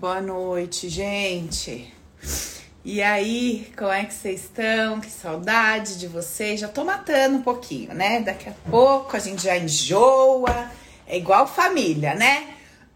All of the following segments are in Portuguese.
Boa noite, gente. E aí, como é que vocês estão? Que saudade de vocês. Já tô matando um pouquinho, né? Daqui a pouco a gente já enjoa. É igual família, né?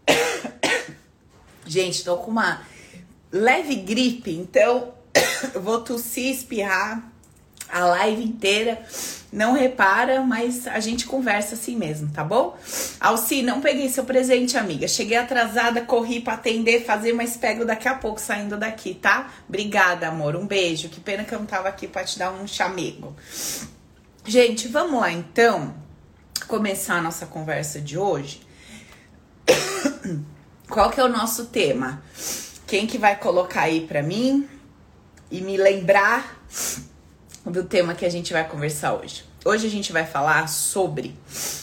Gente, tô com uma leve gripe, então eu vou tossir, espirrar a live inteira. Não repara, mas a gente conversa assim mesmo, tá bom? Alci, não peguei seu presente, amiga. Cheguei atrasada, corri pra atender, fazer, mas pego daqui a pouco saindo daqui, tá? Obrigada, amor. Um beijo. Que pena que eu não tava aqui pra te dar um chamego. Gente, vamos lá então começar a nossa conversa de hoje. Qual que é o nosso tema? Quem que vai colocar aí pra mim e me lembrar do tema que a gente vai conversar hoje? Hoje a gente vai falar sobre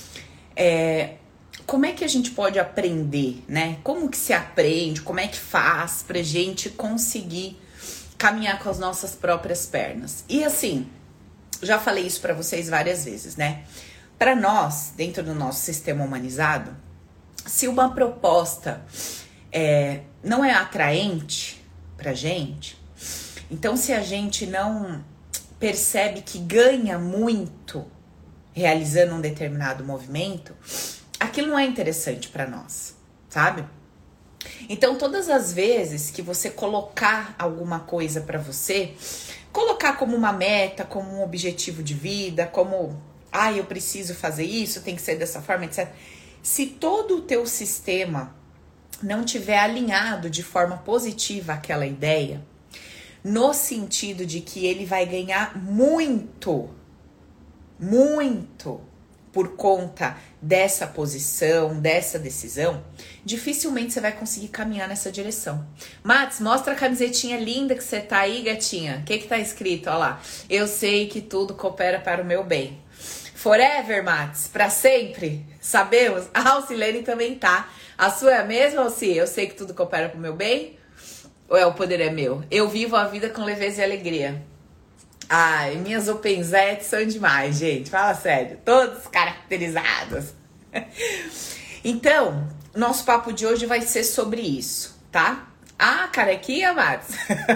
como é que a gente pode aprender, né? Como que se aprende, como é que faz pra gente conseguir caminhar com as nossas próprias pernas. E assim, já falei isso pra vocês várias vezes, né? Pra nós, dentro do nosso sistema humanizado, se uma proposta não é atraente pra gente, então se a gente não percebe que ganha muito realizando um determinado movimento, aquilo não é interessante para nós, sabe? Então, todas as vezes que você colocar alguma coisa para você, colocar como uma meta, como um objetivo de vida, como, eu preciso fazer isso, tem que ser dessa forma, etc. Se todo o teu sistema não tiver alinhado de forma positiva àquela ideia, no sentido de que ele vai ganhar muito por conta dessa posição, dessa decisão, dificilmente você vai conseguir caminhar nessa direção. Matos, mostra a camisetinha linda que você tá aí, gatinha. O que tá escrito? Olha lá. Eu sei que tudo coopera para o meu bem. Forever, Matos, para sempre. Sabemos? A Alcilene também tá. A sua é a mesma, Alci? Eu sei que tudo coopera para o meu bem? Ou o poder é meu? Eu vivo a vida com leveza e alegria. Ai, minhas openzettes são demais, gente. Fala sério. Todos caracterizados. Então, nosso papo de hoje vai ser sobre isso, tá? Carequinha, Matos?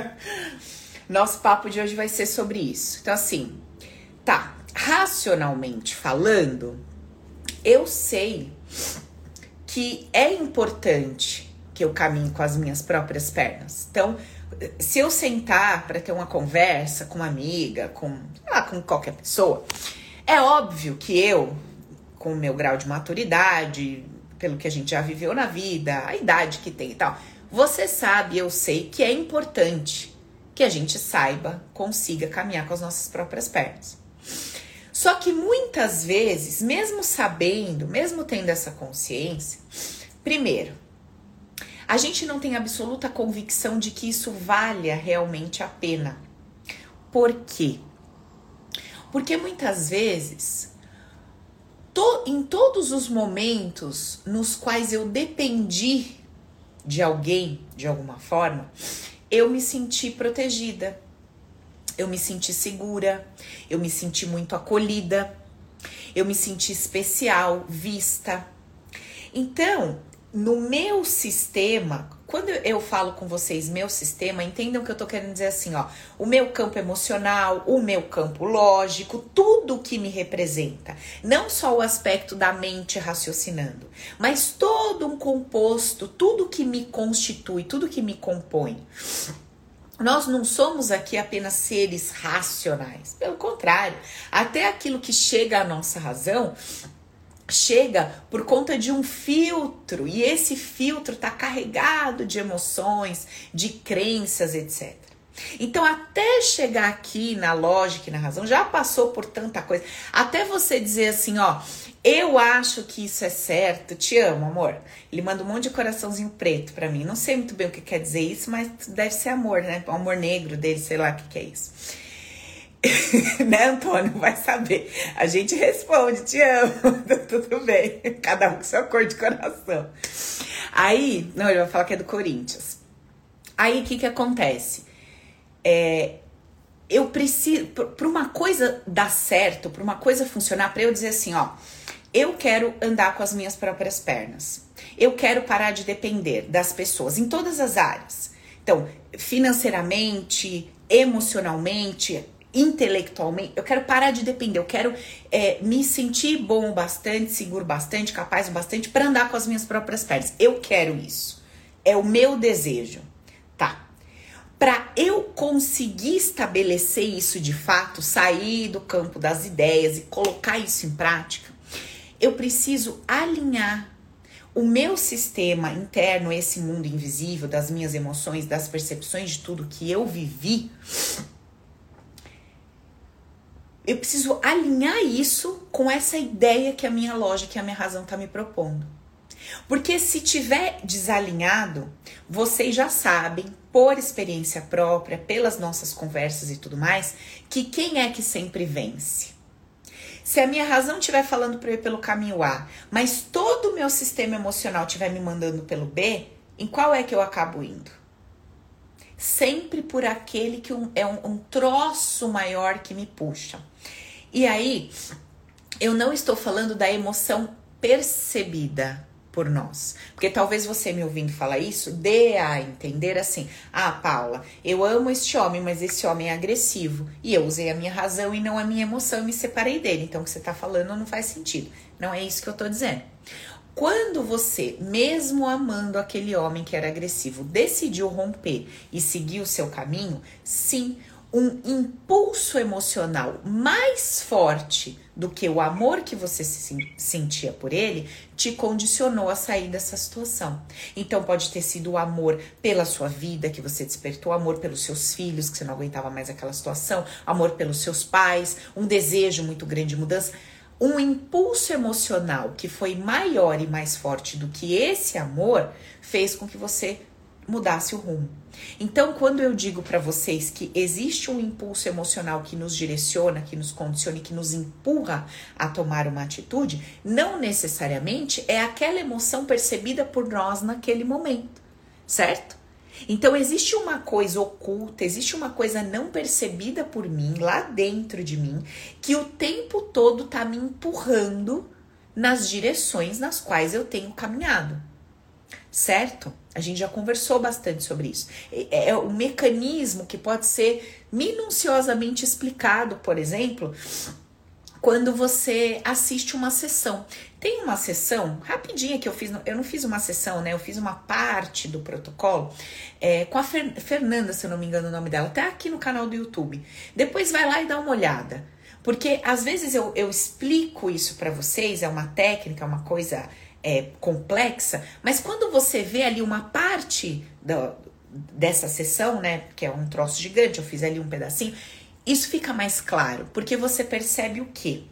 Nosso papo de hoje vai ser sobre isso. Então, assim, tá. Racionalmente falando, eu sei que é importante que eu caminhe com as minhas próprias pernas. Então, se eu sentar para ter uma conversa com uma amiga, com qualquer pessoa, é óbvio que eu, com o meu grau de maturidade, pelo que a gente já viveu na vida, a idade que tem e tal, você sabe, eu sei que é importante que a gente saiba, consiga caminhar com as nossas próprias pernas. Só que muitas vezes, mesmo sabendo, mesmo tendo essa consciência, primeiro, a gente não tem absoluta convicção de que isso valha realmente a pena. Por quê? Porque muitas vezes, em todos os momentos nos quais eu dependi de alguém, de alguma forma, eu me senti protegida, eu me senti segura, eu me senti muito acolhida, eu me senti especial, vista. Então, no meu sistema, quando eu falo com vocês meu sistema, entendam que eu tô querendo dizer assim, o meu campo emocional, o meu campo lógico, tudo que me representa, não só o aspecto da mente raciocinando, mas todo um composto, tudo que me constitui, tudo que me compõe. Nós não somos aqui apenas seres racionais, pelo contrário, até aquilo que chega à nossa razão chega por conta de um filtro, e esse filtro está carregado de emoções, de crenças, etc. Então, até chegar aqui na lógica e na razão, já passou por tanta coisa, até você dizer assim, eu acho que isso é certo, te amo, amor. Ele manda um monte de coraçãozinho preto pra mim, não sei muito bem o que quer dizer isso, mas deve ser amor, né? O amor negro dele, sei lá o que é isso. Né, Antônio? Vai saber. A gente responde, te amo, tudo bem. Cada um com sua cor de coração. Aí, não, ele vai falar que é do Corinthians. Aí, o que acontece? Eu preciso, para uma coisa dar certo, para uma coisa funcionar, para eu dizer assim, eu quero andar com as minhas próprias pernas. eu quero parar de depender das pessoas em todas as áreas. Então, financeiramente, emocionalmente, intelectualmente, eu quero parar de depender, eu quero me sentir bom o bastante, seguro bastante, capaz o bastante para andar com as minhas próprias pernas. Eu quero isso. É o meu desejo. Tá. Para eu conseguir estabelecer isso de fato, sair do campo das ideias e colocar isso em prática, eu preciso alinhar o meu sistema interno, esse mundo invisível, das minhas emoções, das percepções, de tudo que eu vivi. Eu preciso alinhar isso com essa ideia que a minha lógica e a minha razão tá me propondo. Porque se tiver desalinhado, vocês já sabem, por experiência própria, pelas nossas conversas e tudo mais, que quem é que sempre vence? Se a minha razão estiver falando para eu ir pelo caminho A, mas todo o meu sistema emocional estiver me mandando pelo B, em qual é que eu acabo indo? Sempre por aquele que é um troço maior que me puxa. E aí, eu não estou falando da emoção percebida por nós. Porque talvez você me ouvindo falar isso, dê a entender assim, Paula, eu amo este homem, mas esse homem é agressivo. E eu usei a minha razão e não a minha emoção e me separei dele. Então o que você tá falando não faz sentido. Não é isso que eu tô dizendo. Quando você, mesmo amando aquele homem que era agressivo, decidiu romper e seguir o seu caminho, sim, um impulso emocional mais forte do que o amor que você sentia por ele te condicionou a sair dessa situação. Então pode ter sido o amor pela sua vida que você despertou, amor pelos seus filhos que você não aguentava mais aquela situação, amor pelos seus pais, um desejo muito grande de mudança. Um impulso emocional que foi maior e mais forte do que esse amor fez com que você mudasse o rumo. Então, quando eu digo para vocês que existe um impulso emocional que nos direciona, que nos condiciona e que nos empurra a tomar uma atitude, não necessariamente é aquela emoção percebida por nós naquele momento, certo? Então, existe uma coisa oculta, existe uma coisa não percebida por mim, lá dentro de mim, que o tempo todo tá me empurrando nas direções nas quais eu tenho caminhado, certo? A gente já conversou bastante sobre isso. É um mecanismo que pode ser minuciosamente explicado, por exemplo, quando você assiste uma sessão. Tem uma sessão, rapidinha que eu fiz, eu não fiz uma sessão, né? Eu fiz uma parte do protocolo com a Fernanda, se eu não me engano o nome dela, até aqui no canal do YouTube. Depois vai lá e dá uma olhada. Porque às vezes eu explico isso pra vocês, é uma técnica, uma coisa complexa, mas quando você vê ali uma parte dessa sessão, né? Que é um troço gigante, eu fiz ali um pedacinho. Isso fica mais claro, porque você percebe o quê?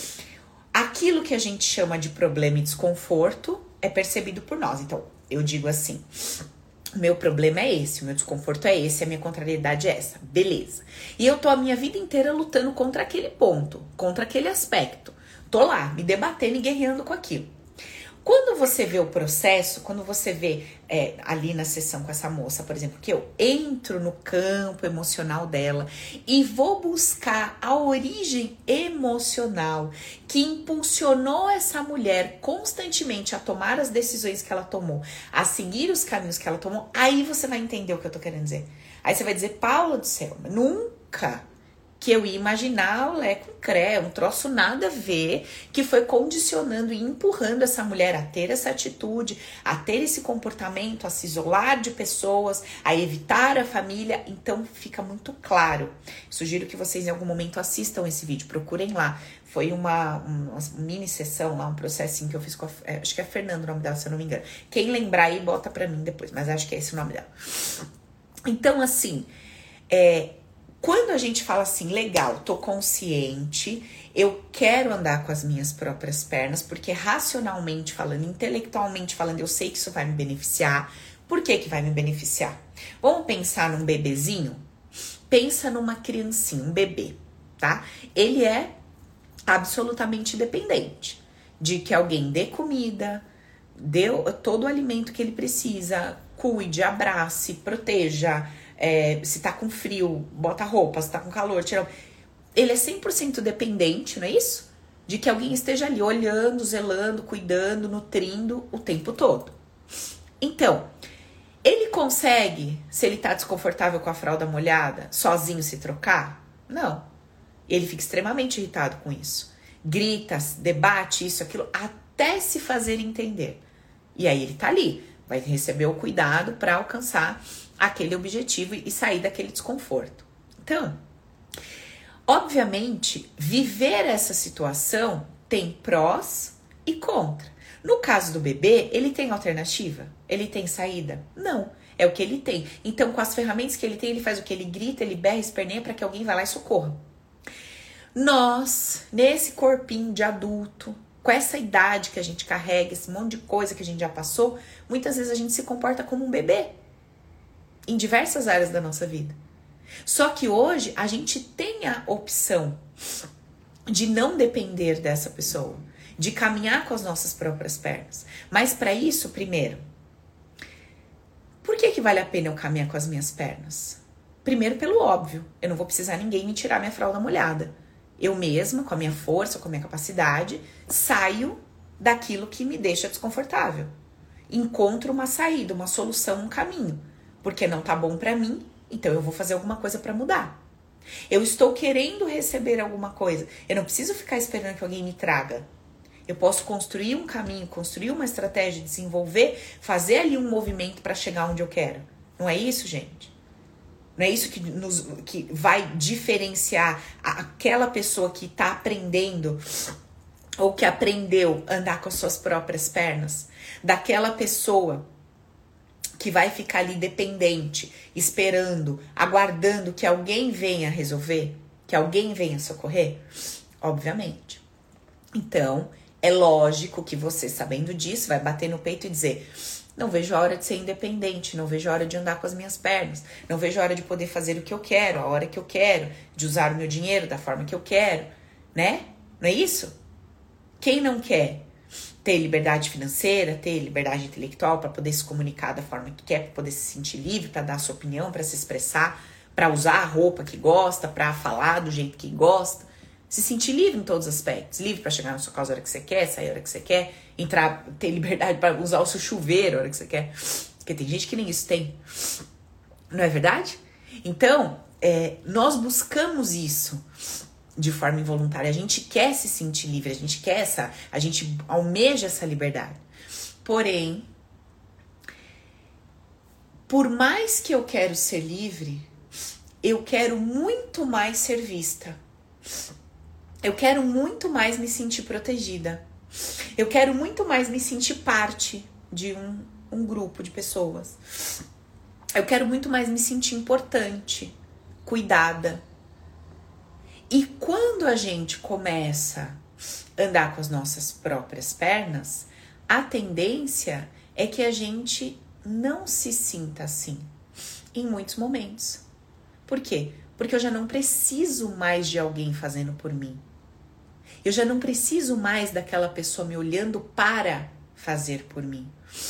Aquilo que a gente chama de problema e desconforto é percebido por nós. Então, eu digo assim, o meu problema é esse, o meu desconforto é esse, a minha contrariedade é essa. Beleza. E eu tô a minha vida inteira lutando contra aquele ponto, contra aquele aspecto. Tô lá, me debatendo e guerreando com aquilo. Quando você vê o processo, quando você vê ali na sessão com essa moça, por exemplo, que eu entro no campo emocional dela e vou buscar a origem emocional que impulsionou essa mulher constantemente a tomar as decisões que ela tomou, a seguir os caminhos que ela tomou, aí você vai entender o que eu tô querendo dizer. Aí você vai dizer, Paula do céu, nunca que eu ia imaginar o Lé com Cré, um troço nada a ver, que foi condicionando e empurrando essa mulher a ter essa atitude, a ter esse comportamento, a se isolar de pessoas, a evitar a família. Então fica muito claro. Sugiro que vocês em algum momento assistam esse vídeo, procurem lá. Foi uma mini sessão lá, um processinho que eu fiz com acho que é Fernanda o nome dela, se eu não me engano. Quem lembrar aí, bota pra mim depois, mas acho que é esse o nome dela. Então, assim, quando a gente fala assim, legal, tô consciente, eu quero andar com as minhas próprias pernas, porque racionalmente falando, intelectualmente falando, eu sei que isso vai me beneficiar. Por que que vai me beneficiar? Vamos pensar num bebezinho? Pensa numa criancinha, um bebê, tá? Ele é absolutamente dependente de que alguém dê comida, dê todo o alimento que ele precisa, cuide, abrace, proteja. Se tá com frio, bota roupa, se tá com calor, tira. Ele é 100% dependente, não é isso? De que alguém esteja ali olhando, zelando, cuidando, nutrindo o tempo todo. Então, ele consegue, se ele tá desconfortável com a fralda molhada, sozinho se trocar? Não. Ele fica extremamente irritado com isso. Grita, debate isso, aquilo, até se fazer entender. E aí ele tá ali, vai receber o cuidado para alcançar aquele objetivo e sair daquele desconforto. Então, obviamente, viver essa situação tem prós e contra. No caso do bebê, ele tem alternativa? Ele tem saída? Não, é o que ele tem. Então, com as ferramentas que ele tem, ele faz o que? Ele grita, ele berra, esperneia para que alguém vá lá e socorra. Nós, nesse corpinho de adulto, com essa idade que a gente carrega, esse monte de coisa que a gente já passou, muitas vezes a gente se comporta como um bebê em diversas áreas da nossa vida. Só que hoje a gente tem a opção de não depender dessa pessoa, de caminhar com as nossas próprias pernas. Mas para isso, primeiro, por que vale a pena eu caminhar com as minhas pernas? Primeiro, pelo óbvio, eu não vou precisar ninguém me tirar minha fralda molhada. Eu mesma, com a minha força, com a minha capacidade, saio daquilo que me deixa desconfortável. Encontro uma saída, uma solução, um caminho. Porque não tá bom pra mim, então eu vou fazer alguma coisa pra mudar. Eu estou querendo receber alguma coisa. Eu não preciso ficar esperando que alguém me traga. Eu posso construir um caminho, construir uma estratégia, desenvolver, fazer ali um movimento pra chegar onde eu quero. Não é isso, gente? Não é isso que vai diferenciar aquela pessoa que está aprendendo ou que aprendeu a andar com as suas próprias pernas, daquela pessoa que vai ficar ali dependente, esperando, aguardando que alguém venha resolver, que alguém venha socorrer? Obviamente. Então, é lógico que você, sabendo disso, vai bater no peito e dizer: não vejo a hora de ser independente, não vejo a hora de andar com as minhas pernas, não vejo a hora de poder fazer o que eu quero, a hora que eu quero, de usar o meu dinheiro da forma que eu quero, né? Não é isso? Quem não quer ter liberdade financeira, ter liberdade intelectual para poder se comunicar da forma que quer, para poder se sentir livre, para dar a sua opinião, para se expressar, para usar a roupa que gosta, para falar do jeito que gosta, se sentir livre em todos os aspectos, livre para chegar na sua casa a hora que você quer, sair a hora que você quer, entrar, ter liberdade para usar o seu chuveiro a hora que você quer, porque tem gente que nem isso tem, não é verdade? Então, nós buscamos isso de forma involuntária, a gente quer se sentir livre, a gente almeja essa liberdade. Porém, por mais que eu quero ser livre, eu quero muito mais ser vista. Eu quero muito mais me sentir protegida. Eu quero muito mais me sentir parte de um grupo de pessoas. Eu quero muito mais me sentir importante, cuidada. E quando a gente começa a andar com as nossas próprias pernas, a tendência é que a gente não se sinta assim em muitos momentos. Por quê? Porque eu já não preciso mais de alguém fazendo por mim. Eu já não preciso mais daquela pessoa me olhando para fazer por mim.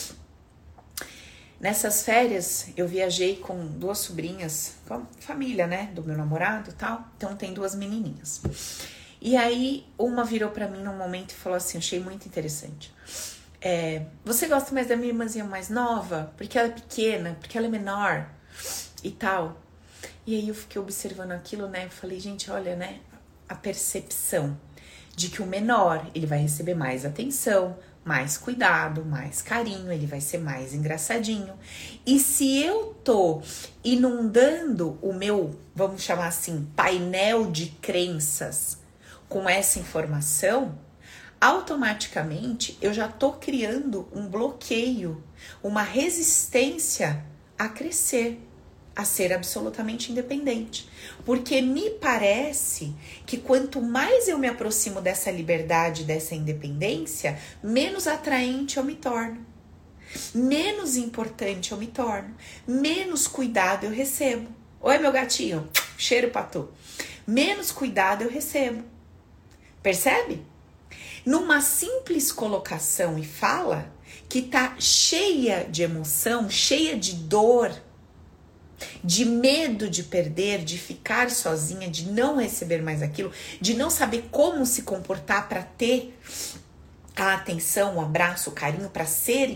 Nessas férias, eu viajei com 2 sobrinhas, com a família, né, do meu namorado e tal. Então, tem 2 menininhas. E aí, uma virou pra mim num momento e falou assim, achei muito interessante. Você gosta mais da minha irmãzinha mais nova? Porque ela é pequena, porque ela é menor e tal. E aí, eu fiquei observando aquilo, né, eu falei, gente, olha, né, a percepção de que o menor, ele vai receber mais atenção, mais cuidado, mais carinho, ele vai ser mais engraçadinho. E se eu tô inundando o meu, vamos chamar assim, painel de crenças com essa informação, automaticamente eu já tô criando um bloqueio, uma resistência a crescer, a ser absolutamente independente. Porque me parece que quanto mais eu me aproximo dessa liberdade, dessa independência, menos atraente eu me torno. Menos importante eu me torno. Menos cuidado eu recebo. Oi, meu gatinho. Cheiro pra tu. Menos cuidado eu recebo. Percebe? Numa simples colocação e fala que tá cheia de emoção, cheia de dor, de medo de perder, de ficar sozinha, de não receber mais aquilo, de não saber como se comportar para ter a atenção, o abraço, o carinho para ser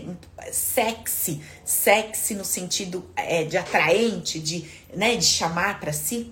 sexy no sentido de atraente, de chamar para si,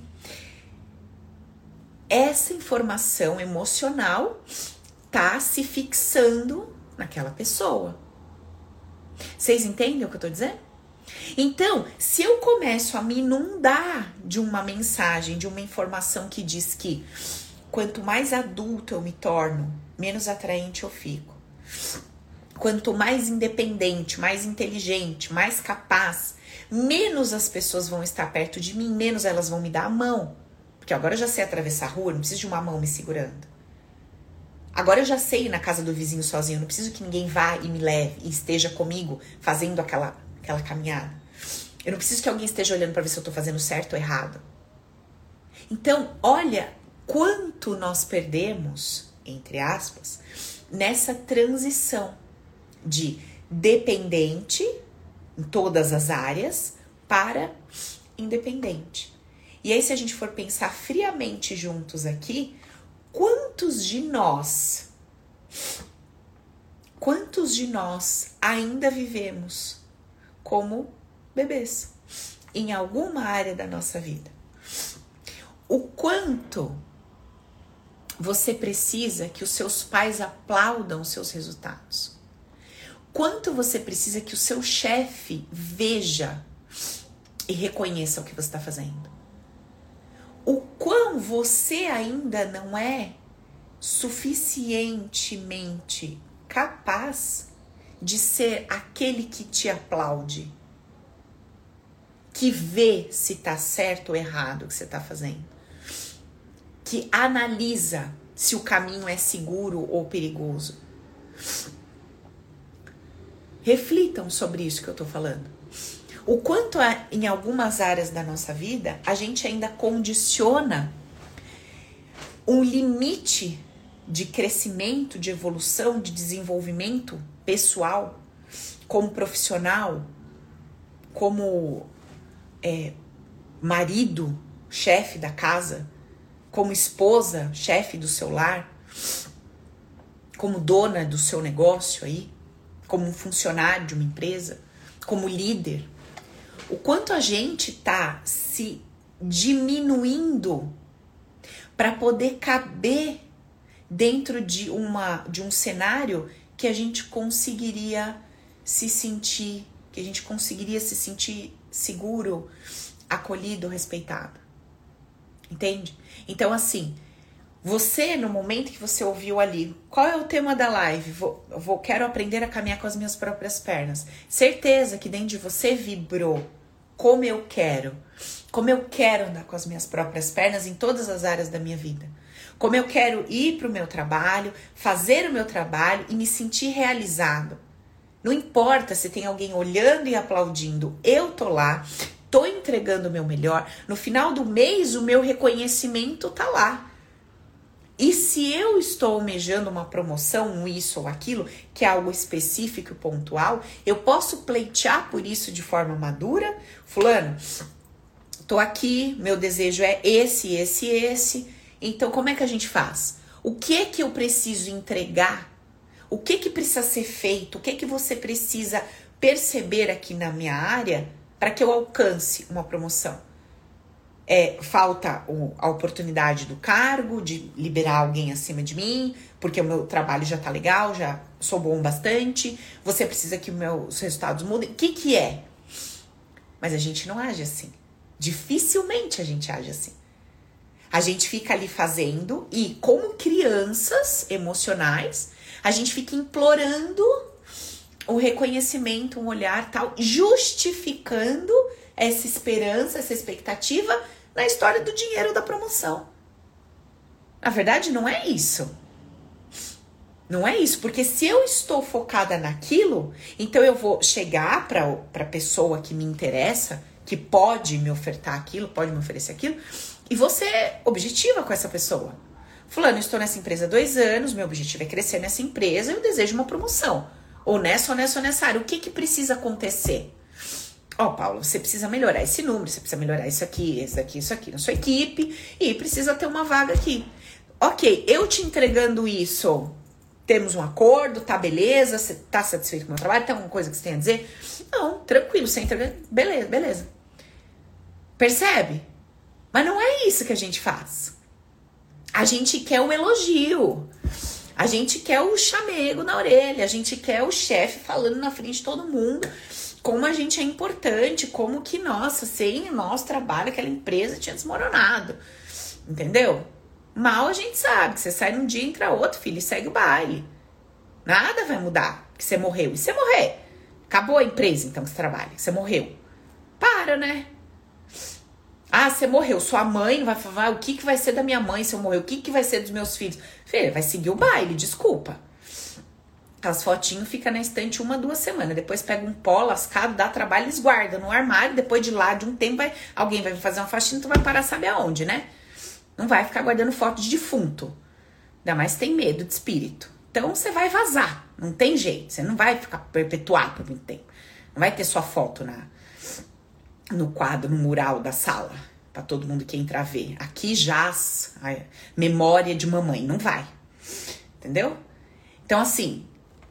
essa informação emocional tá se fixando naquela pessoa. Vocês entendem o que eu tô dizendo? Então, se eu começo a me inundar de uma mensagem, de uma informação que diz que quanto mais adulto eu me torno, menos atraente eu fico. Quanto mais independente, mais inteligente, mais capaz, menos as pessoas vão estar perto de mim, menos elas vão me dar a mão. Porque agora eu já sei atravessar a rua, não preciso de uma mão me segurando. Agora eu já sei ir na casa do vizinho sozinho, não preciso que ninguém vá e me leve e esteja comigo fazendo aquela caminhada. Eu não preciso que alguém esteja olhando para ver se eu tô fazendo certo ou errado. Então, olha quanto nós perdemos, entre aspas, nessa transição de dependente em todas as áreas para independente. E aí, se a gente for pensar friamente juntos aqui, quantos de nós ainda vivemos como bebês em alguma área da nossa vida? O quanto você precisa que os seus pais aplaudam os seus resultados? Quanto você precisa que o seu chefe veja e reconheça o que você está fazendo? O quão você ainda não é suficientemente capaz de ser aquele que te aplaude, que vê se está certo ou errado o que você está fazendo, que analisa se o caminho é seguro ou perigoso. Reflitam sobre isso que eu estou falando. O quanto em algumas áreas da nossa vida a gente ainda condiciona um limite de crescimento, de evolução, de desenvolvimento pessoal, como profissional, como marido, chefe da casa, como esposa, chefe do seu lar, como dona do seu negócio aí, como um funcionário de uma empresa, como líder. O quanto a gente tá se diminuindo para poder caber dentro de um cenário que a gente conseguiria se sentir, seguro, acolhido, respeitado. Entende? Então, assim, você, no momento que você ouviu ali, qual é o tema da live? Quero aprender a caminhar com as minhas próprias pernas. Certeza que dentro de você vibrou. Como eu quero andar com as minhas próprias pernas em todas as áreas da minha vida. Como eu quero ir para o meu trabalho, fazer o meu trabalho e me sentir realizado. Não importa se tem alguém olhando e aplaudindo, eu tô lá, tô entregando o meu melhor. No final do mês, o meu reconhecimento tá lá. E se eu estou almejando uma promoção, um isso ou aquilo, que é algo específico e pontual, eu posso pleitear por isso de forma madura. Fulano, tô aqui, meu desejo é esse. Então, como é que a gente faz? O que eu preciso entregar? O que precisa ser feito? O que você precisa perceber aqui na minha área para que eu alcance uma promoção? Falta a oportunidade do cargo, de liberar alguém acima de mim, porque o meu trabalho já tá legal, já sou bom bastante. Você precisa que os meus resultados mudem. O que é? Mas a gente não age assim. Dificilmente a gente age assim. A gente fica ali fazendo e, como crianças emocionais, a gente fica implorando o reconhecimento, um olhar tal, justificando essa esperança, essa expectativa na história do dinheiro da promoção. Na verdade, não é isso. Não é isso, porque se eu estou focada naquilo, então eu vou chegar para a pessoa que me interessa, que pode me ofertar aquilo, pode me oferecer aquilo, e vou ser objetiva com essa pessoa. Fulano, eu estou nessa empresa há 2 anos, meu objetivo é crescer nessa empresa, eu desejo uma promoção. Ou nessa área. O que precisa acontecer? Paulo, você precisa melhorar esse número, você precisa melhorar isso aqui na sua equipe e precisa ter uma vaga aqui. Ok, eu te entregando isso Temos um acordo, tá beleza, você tá satisfeito com o meu trabalho, tem alguma coisa que você tem a dizer? Não, tranquilo, você entra, beleza, beleza. Percebe? Mas não é isso que a gente faz. A gente quer o elogio. A gente quer o chamego na orelha. A gente quer o chefe falando na frente de todo mundo como a gente é importante, como que, nossa, sem o nosso trabalho, aquela empresa tinha desmoronado. Entendeu? Mal a gente sabe que você sai num dia, entra outro, filho, e segue o baile. Nada vai mudar, que você morreu. E você morrer? Acabou a empresa, então, que você trabalha. Você morreu. Para, né? Ah, você morreu. Sua mãe vai falar, o que vai ser da minha mãe se eu morrer? O que vai ser dos meus filhos? Filha, vai seguir o baile, desculpa. As fotinhos ficam na estante 1, 2 semanas. Depois pega um pó lascado, dá trabalho, eles guardam no armário. Depois de lá, de um tempo, alguém vai fazer uma faxina, tu vai parar sabe aonde, né? Não vai ficar guardando foto de defunto. Ainda mais tem medo de espírito. Então, você vai vazar. Não tem jeito. Você não vai ficar perpetuado por muito tempo. Não vai ter sua foto no quadro, no mural da sala. Pra todo mundo que entrar ver. Aqui jaz a memória de mamãe. Não vai. Entendeu? Então, assim,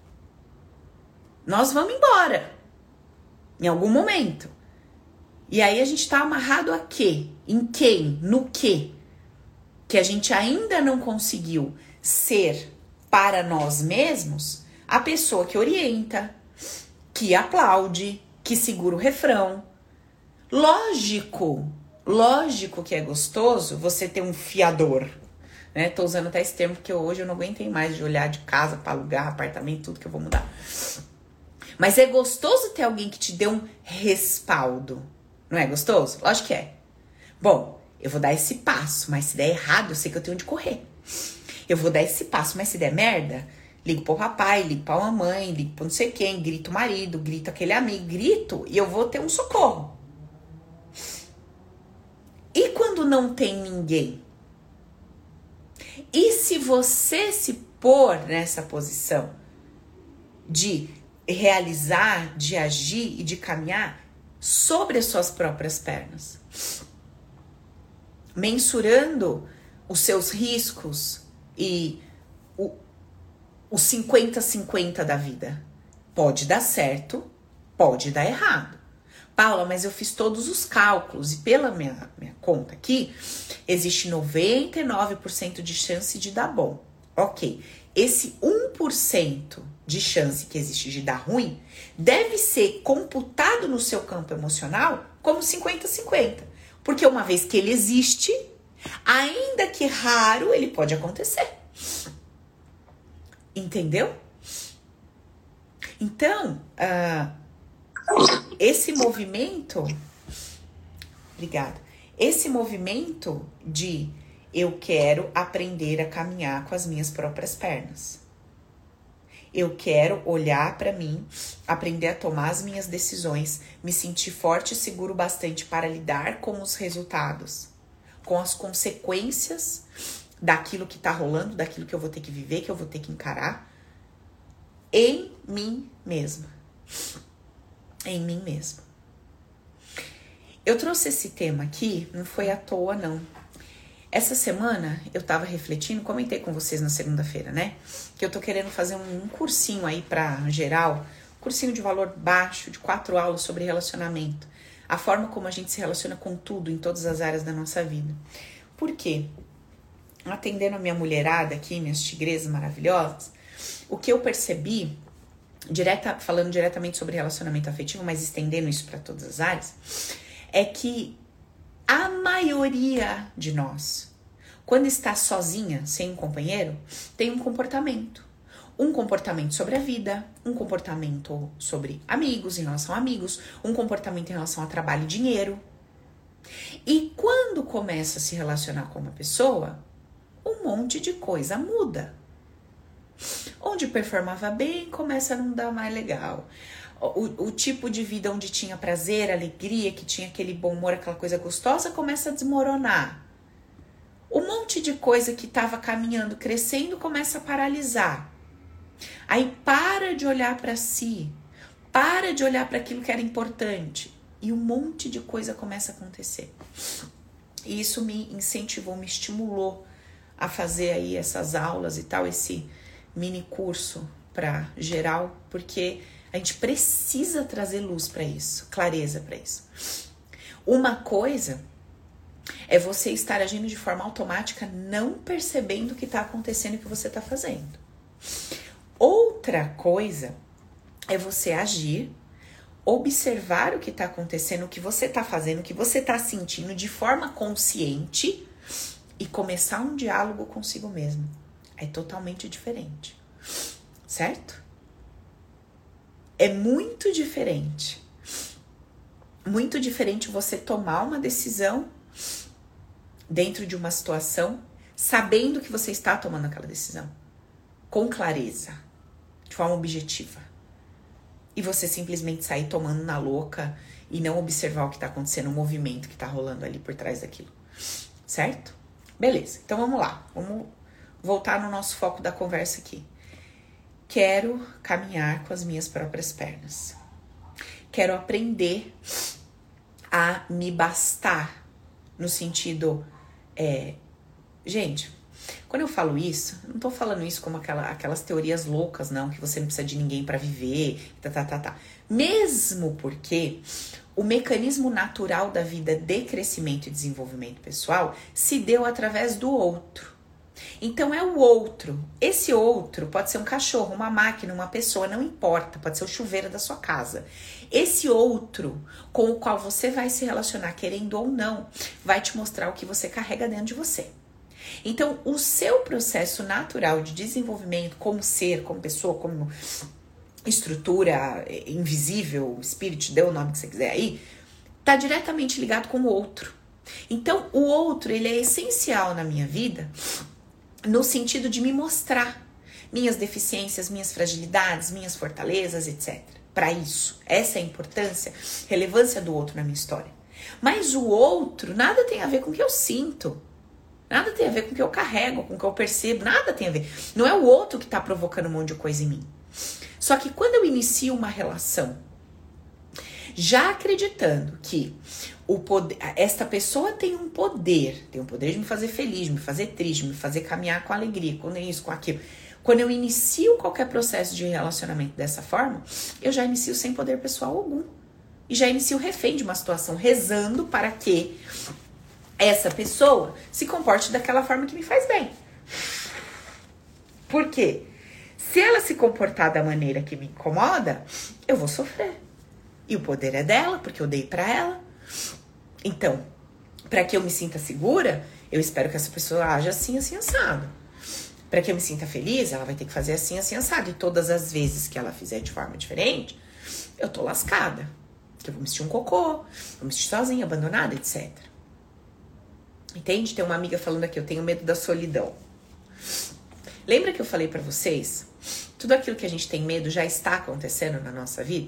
nós vamos embora. Em algum momento. E aí a gente tá amarrado a quê? Em quem? No quê? Que a gente ainda não conseguiu ser para nós mesmos a pessoa que orienta, que aplaude, que segura o refrão. Lógico que é gostoso você ter um fiador, né? Tô usando até esse termo porque hoje eu não aguentei mais de olhar de casa para alugar, apartamento, tudo que eu vou mudar. Mas é gostoso ter alguém que te dê um respaldo. Não é gostoso? Lógico que é. Bom, eu vou dar esse passo, mas se der errado, eu sei que eu tenho onde correr. Eu vou dar esse passo, mas se der merda, ligo pro papai, ligo pra mamãe, ligo pra não sei quem, grito o marido, grito aquele amigo, grito e eu vou ter um socorro. E quando não tem ninguém? E se você se pôr nessa posição de realizar, de agir e de caminhar sobre as suas próprias pernas? Mensurando os seus riscos e o 50-50 da vida. Pode dar certo, pode dar errado. Paula, mas eu fiz todos os cálculos e pela minha conta aqui, existe 99% de chance de dar bom. Ok, esse 1% de chance que existe de dar ruim deve ser computado no seu campo emocional como 50-50. Porque uma vez que ele existe, ainda que raro, ele pode acontecer. Entendeu? Então, esse movimento... Obrigada. Esse movimento de eu quero aprender a caminhar com as minhas próprias pernas. Eu quero olhar para mim, aprender a tomar as minhas decisões, me sentir forte e seguro bastante para lidar com os resultados, com as consequências daquilo que tá rolando, daquilo que eu vou ter que viver, que eu vou ter que encarar, em mim mesma. Em mim mesma. Eu trouxe esse tema aqui, não foi à toa, não. Essa semana eu tava refletindo, comentei com vocês na segunda-feira, né? Que eu tô querendo fazer um cursinho aí pra geral, cursinho de valor baixo, de 4 aulas sobre relacionamento. A forma como a gente se relaciona com tudo, em todas as áreas da nossa vida. Por quê? Atendendo a minha mulherada aqui, minhas tigresas maravilhosas, o que eu percebi, falando diretamente sobre relacionamento afetivo, mas estendendo isso para todas as áreas, é que a maioria de nós, quando está sozinha, sem um companheiro, tem um comportamento. Um comportamento sobre a vida, um comportamento sobre amigos, em relação a amigos, um comportamento em relação a trabalho e dinheiro. E quando começa a se relacionar com uma pessoa, um monte de coisa muda. Onde performava bem, começa a não dar mais legal. O tipo de vida onde tinha prazer, alegria, que tinha aquele bom humor, aquela coisa gostosa, começa a desmoronar. Um monte de coisa que estava caminhando, crescendo, começa a paralisar. Aí para de olhar para si, para de olhar para aquilo que era importante e um monte de coisa começa a acontecer. E isso me incentivou, me estimulou a fazer aí essas aulas e tal, esse mini curso para geral, porque a gente precisa trazer luz para isso, clareza para isso. Uma coisa é você estar agindo de forma automática, não percebendo o que está acontecendo e o que você está fazendo. Outra coisa é você agir, observar o que está acontecendo, o que você está fazendo, o que você está sentindo de forma consciente e começar um diálogo consigo mesmo. É totalmente diferente, certo? É muito diferente. Muito diferente você tomar uma decisão dentro de uma situação, sabendo que você está tomando aquela decisão, com clareza, de forma objetiva. E você simplesmente sair tomando na louca e não observar o que está acontecendo, o movimento que está rolando ali por trás daquilo. Certo? Beleza, então vamos lá. Vamos voltar no nosso foco da conversa aqui. Quero caminhar com as minhas próprias pernas. Quero aprender a me bastar, no sentido... Gente, quando eu falo isso, eu não tô falando isso como aquelas teorias loucas, não, que você não precisa de ninguém pra viver, Mesmo porque o mecanismo natural da vida de crescimento e desenvolvimento pessoal se deu através do outro. Então é o outro. Esse outro pode ser um cachorro, uma máquina, uma pessoa, não importa, pode ser o chuveiro da sua casa. Esse outro com o qual você vai se relacionar, querendo ou não, vai te mostrar o que você carrega dentro de você. Então, o seu processo natural de desenvolvimento como ser, como pessoa, como estrutura invisível, espírito, dê o nome que você quiser aí, tá diretamente ligado com o outro. Então, o outro, ele é essencial na minha vida no sentido de me mostrar minhas deficiências, minhas fragilidades, minhas fortalezas, etc. Para isso, essa é a importância, relevância do outro na minha história. Mas o outro nada tem a ver com o que eu sinto. Nada tem a ver com o que eu carrego, com o que eu percebo, nada tem a ver. Não é o outro que tá provocando um monte de coisa em mim. Só que quando eu inicio uma relação, já acreditando que o poder, esta pessoa tem um poder de me fazer feliz, de me fazer triste, de me fazer caminhar com alegria, com isso, com aquilo. Quando eu inicio qualquer processo de relacionamento dessa forma, eu já inicio sem poder pessoal algum. E já inicio refém de uma situação, rezando para que essa pessoa se comporte daquela forma que me faz bem. Por quê? Se ela se comportar da maneira que me incomoda, eu vou sofrer. E o poder é dela, porque eu dei pra ela. Então, para que eu me sinta segura, eu espero que essa pessoa haja assim, assim, assado. Para que eu me sinta feliz, ela vai ter que fazer assim, assim, assado. E todas as vezes que ela fizer de forma diferente, eu tô lascada. Eu vou me sentir um cocô, vou me sentir sozinha, abandonada, etc. Entende? Tem uma amiga falando aqui, eu tenho medo da solidão. Lembra que eu falei pra vocês? Tudo aquilo que a gente tem medo já está acontecendo na nossa vida?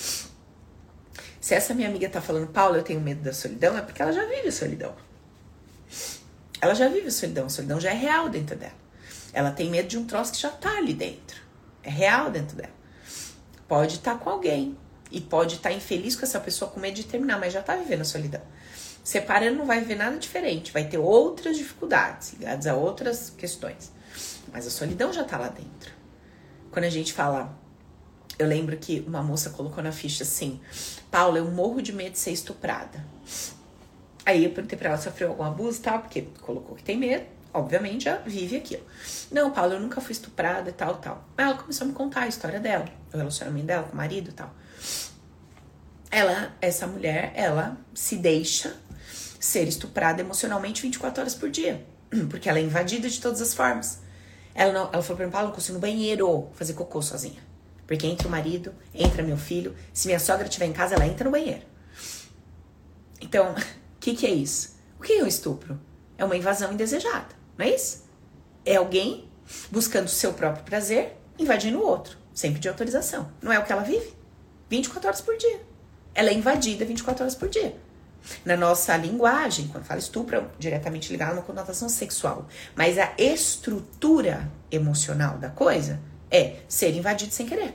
Se essa minha amiga tá falando, Paula, eu tenho medo da solidão, é porque ela já vive a solidão. Ela já vive a solidão já é real dentro dela. Ela tem medo de um troço que já tá ali dentro. É real dentro dela. Pode estar com alguém e pode estar infeliz com essa pessoa com medo de terminar, mas já tá vivendo a solidão. Separando não vai viver nada diferente, vai ter outras dificuldades ligadas a outras questões. Mas a solidão já tá lá dentro. Quando a gente fala... Eu lembro que uma moça colocou na ficha assim, Paula, eu morro de medo de ser estuprada. Aí eu perguntei pra ela se sofreu algum abuso e tal, porque colocou que tem medo, obviamente já vive aquilo. Não, Paula, eu nunca fui estuprada e tal. Aí ela começou a me contar a história dela, o relacionamento dela com o marido e tal. Essa mulher, ela se deixa ser estuprada emocionalmente 24 horas por dia, porque ela é invadida de todas as formas. Ela falou pra mim, Paula, eu não consigo ir no banheiro fazer cocô sozinha. Porque entra o marido, entra meu filho. Se minha sogra estiver em casa, ela entra no banheiro. Então, o que é isso? O que é um estupro? É uma invasão indesejada, não é isso? É alguém buscando o seu próprio prazer, invadindo o outro, sem pedir autorização. Não é o que ela vive? 24 horas por dia. Ela é invadida 24 horas por dia. Na nossa linguagem, quando fala estupro, é diretamente ligado a uma conotação sexual. Mas a estrutura emocional da coisa é ser invadido sem querer.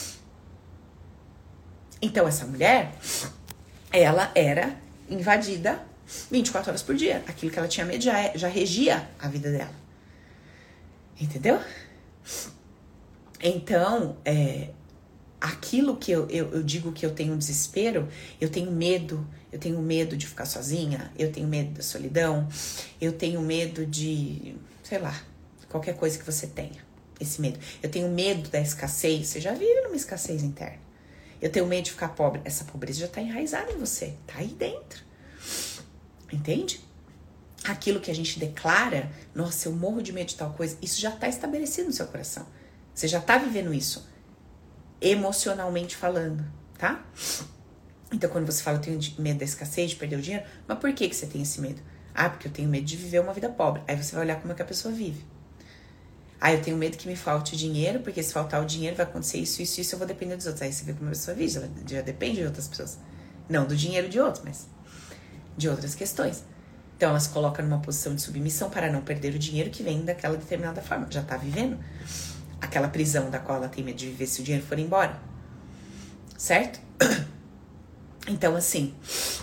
Então, essa mulher, ela era invadida 24 horas por dia. Aquilo que ela tinha medo já regia a vida dela. Entendeu? Então, aquilo que eu digo que eu tenho desespero, eu tenho medo de ficar sozinha, eu tenho medo da solidão, eu tenho medo de, sei lá, qualquer coisa que você tenha, esse medo. Eu tenho medo da escassez, você já vive numa escassez interna. Eu tenho medo de ficar pobre, essa pobreza já tá enraizada em você, tá aí dentro, entende? Aquilo que a gente declara, nossa, eu morro de medo de tal coisa, isso já tá estabelecido no seu coração, você já tá vivendo isso. Emocionalmente falando, tá? Então, quando você fala, eu tenho medo da escassez, de perder o dinheiro, mas por que você tem esse medo? Ah, porque eu tenho medo de viver uma vida pobre. Aí você vai olhar como é que a pessoa vive. Ah, eu tenho medo que me falte dinheiro, porque se faltar o dinheiro vai acontecer isso, eu vou depender dos outros. Aí você vê como a pessoa vive, já depende de outras pessoas. Não do dinheiro de outros, mas de outras questões. Então, ela se coloca numa posição de submissão para não perder o dinheiro que vem daquela determinada forma. Já tá vivendo aquela prisão da qual ela tem medo de viver se o dinheiro for embora. Certo? Então, assim,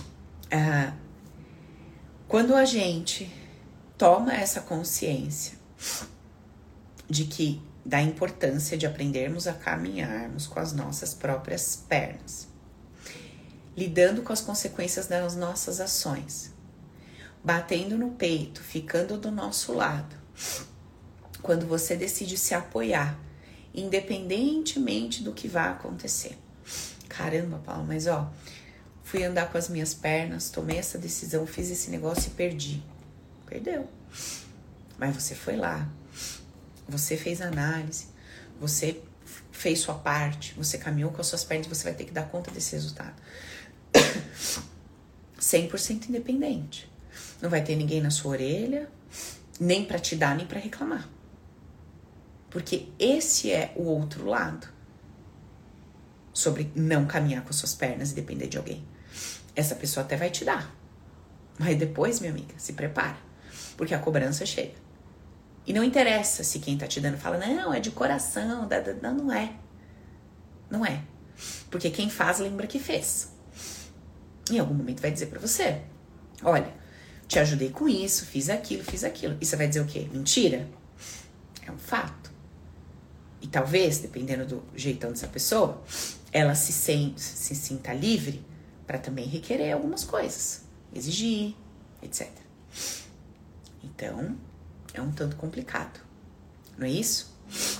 quando a gente toma essa consciência de que da importância de aprendermos a caminharmos com as nossas próprias pernas, lidando com as consequências das nossas ações, batendo no peito, ficando do nosso lado, quando você decide se apoiar, independentemente do que vai acontecer. Caramba, Paula, mas fui andar com as minhas pernas, tomei essa decisão, fiz esse negócio e perdi. Perdeu. Mas você foi lá, você fez análise, você fez sua parte, você caminhou com as suas pernas, você vai ter que dar conta desse resultado. 100% independente. Não vai ter ninguém na sua orelha, nem pra te dar, nem pra reclamar. Porque esse é o outro lado. Sobre não caminhar com as suas pernas e depender de alguém. Essa pessoa até vai te dar. Mas depois, minha amiga, se prepara. Porque a cobrança chega. E não interessa se quem tá te dando fala, não, é de coração. Não é. Não é. Porque quem faz lembra que fez. Em algum momento vai dizer pra você, olha, te ajudei com isso, fiz aquilo. E você vai dizer o quê? Mentira? É um fato. E talvez, dependendo do jeitão dessa pessoa, ela se sinta livre para também requerer algumas coisas, exigir, etc. Então, é um tanto complicado, não é isso?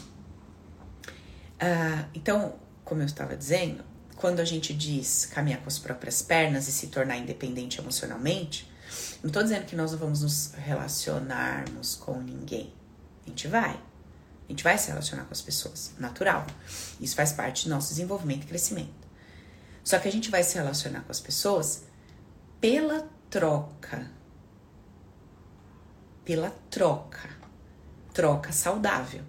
Então, como eu estava dizendo, quando a gente diz caminhar com as próprias pernas e se tornar independente emocionalmente, não estou dizendo que nós não vamos nos relacionarmos com ninguém. A gente vai se relacionar com as pessoas, natural. Isso faz parte do nosso desenvolvimento e crescimento. Só que a gente vai se relacionar com as pessoas pela troca. Pela troca. Troca saudável.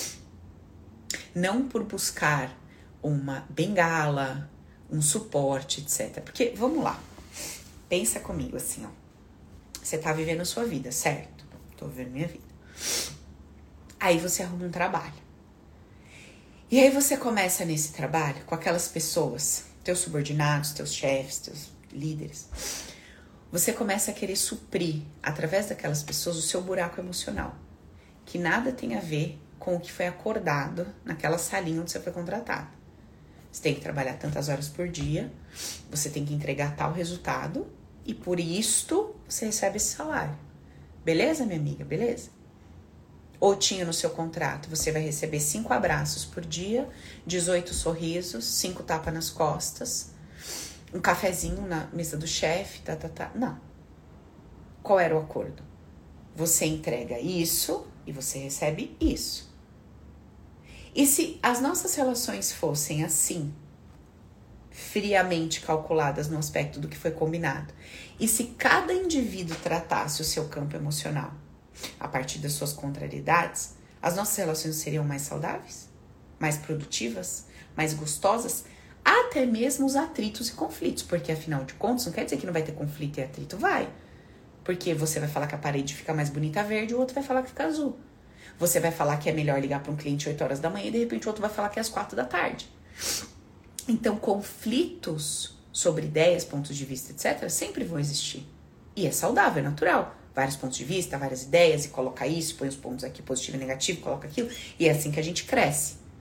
Não por buscar uma bengala, um suporte, etc. Porque, vamos lá. Pensa comigo assim, Você tá vivendo a sua vida, certo? Tô vivendo minha vida. Aí você arruma um trabalho. E aí você começa nesse trabalho com aquelas pessoas, teus subordinados, teus chefes, teus líderes. Você começa a querer suprir, através daquelas pessoas, o seu buraco emocional. Que nada tem a ver com o que foi acordado naquela salinha onde você foi contratado. Você tem que trabalhar tantas horas por dia, você tem que entregar tal resultado, e por isto você recebe esse salário. Beleza, minha amiga? Beleza? Ou tinha no seu contrato, você vai receber 5 abraços por dia, 18 sorrisos, 5 tapas nas costas, um cafezinho na mesa do chefe, Não. Qual era o acordo? Você entrega isso e você recebe isso. E se as nossas relações fossem assim, friamente calculadas no aspecto do que foi combinado, e se cada indivíduo tratasse o seu campo emocional a partir das suas contrariedades, as nossas relações seriam mais saudáveis, mais produtivas, mais gostosas, até mesmo os atritos e conflitos, porque afinal de contas, não quer dizer que não vai ter conflito e atrito, vai. Porque você vai falar que a parede fica mais bonita verde, o outro vai falar que fica azul. Você vai falar que é melhor ligar para um cliente 8 horas da manhã e de repente o outro vai falar que é às 4 da tarde. Então, conflitos sobre ideias, pontos de vista, etc., sempre vão existir. E é saudável, é natural. Vários pontos de vista, várias ideias, e coloca isso, põe os pontos aqui, positivo e negativo, coloca aquilo. E é assim que a gente cresce.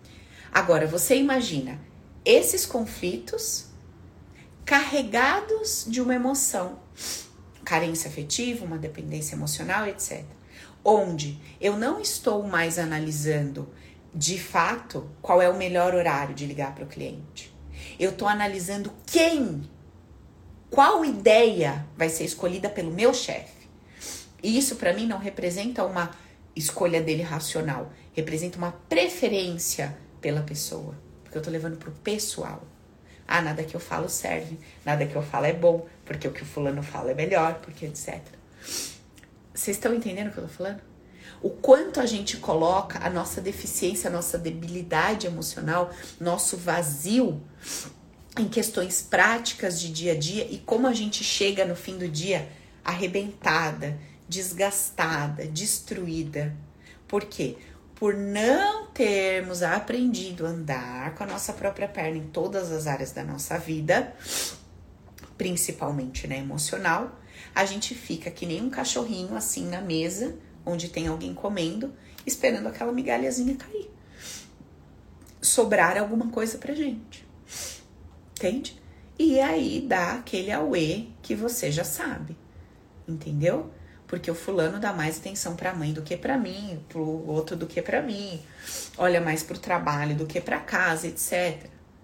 Agora, você imagina esses conflitos carregados de uma emoção, carência afetiva, uma dependência emocional, etc. Onde eu não estou mais analisando de fato qual é o melhor horário de ligar para o cliente. Eu estou analisando qual ideia vai ser escolhida pelo meu chefe. E isso para mim não representa uma escolha dele racional, representa uma preferência pela pessoa, porque eu tô levando pro pessoal. Ah, nada que eu falo serve, nada que eu falo é bom, porque o que o fulano fala é melhor, porque etc. Vocês estão entendendo o que eu tô falando? O quanto a gente coloca a nossa deficiência, a nossa debilidade emocional, nosso vazio em questões práticas de dia a dia e como a gente chega no fim do dia arrebentada, desgastada, destruída. Por quê? Por não termos aprendido a andar com a nossa própria perna em todas as áreas da nossa vida, principalmente na emocional, a gente fica que nem um cachorrinho assim na mesa, onde tem alguém comendo, esperando aquela migalhazinha cair. Sobrar alguma coisa pra gente. Entende? E aí dá aquele auê que você já sabe. Entendeu? Porque o fulano dá mais atenção pra mãe do que pra mim, pro outro do que pra mim, olha mais pro trabalho do que pra casa, etc.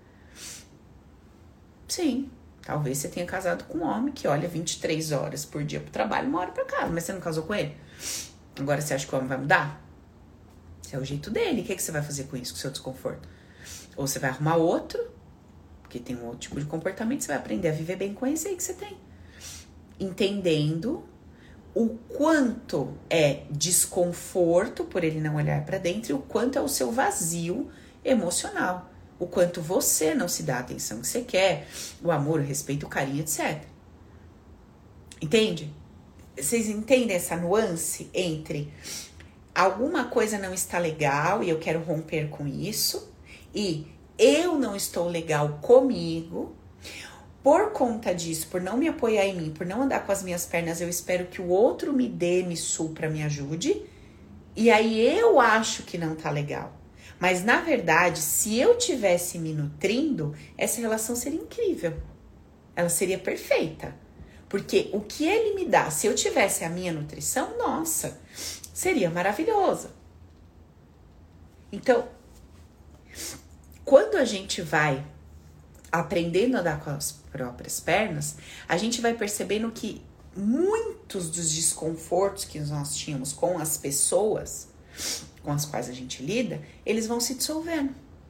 Sim, talvez você tenha casado com um homem que olha 23 horas por dia pro trabalho e 1 hora pra casa, mas você não casou com ele. Agora você acha que o homem vai mudar? Esse é o jeito dele, o que você vai fazer com isso, com o seu desconforto? Ou você vai arrumar outro, porque tem um outro tipo de comportamento, você vai aprender a viver bem com esse aí que você tem. Entendendo o quanto é desconforto por ele não olhar para dentro e o quanto é o seu vazio emocional. O quanto você não se dá a atenção que você quer, o amor, o respeito, o carinho, etc. Entende? Vocês entendem essa nuance entre alguma coisa não está legal e eu quero romper com isso e eu não estou legal comigo. Por conta disso, por não me apoiar em mim, por não andar com as minhas pernas, eu espero que o outro me dê, me supra, me ajude. E aí eu acho que não tá legal. Mas na verdade, se eu tivesse me nutrindo, essa relação seria incrível. Ela seria perfeita. Porque o que ele me dá, se eu tivesse a minha nutrição, nossa, seria maravilhoso. Então, quando a gente vai aprendendo a andar com as próprias pernas, a gente vai percebendo que muitos dos desconfortos que nós tínhamos com as pessoas com as quais a gente lida, eles vão se dissolvendo.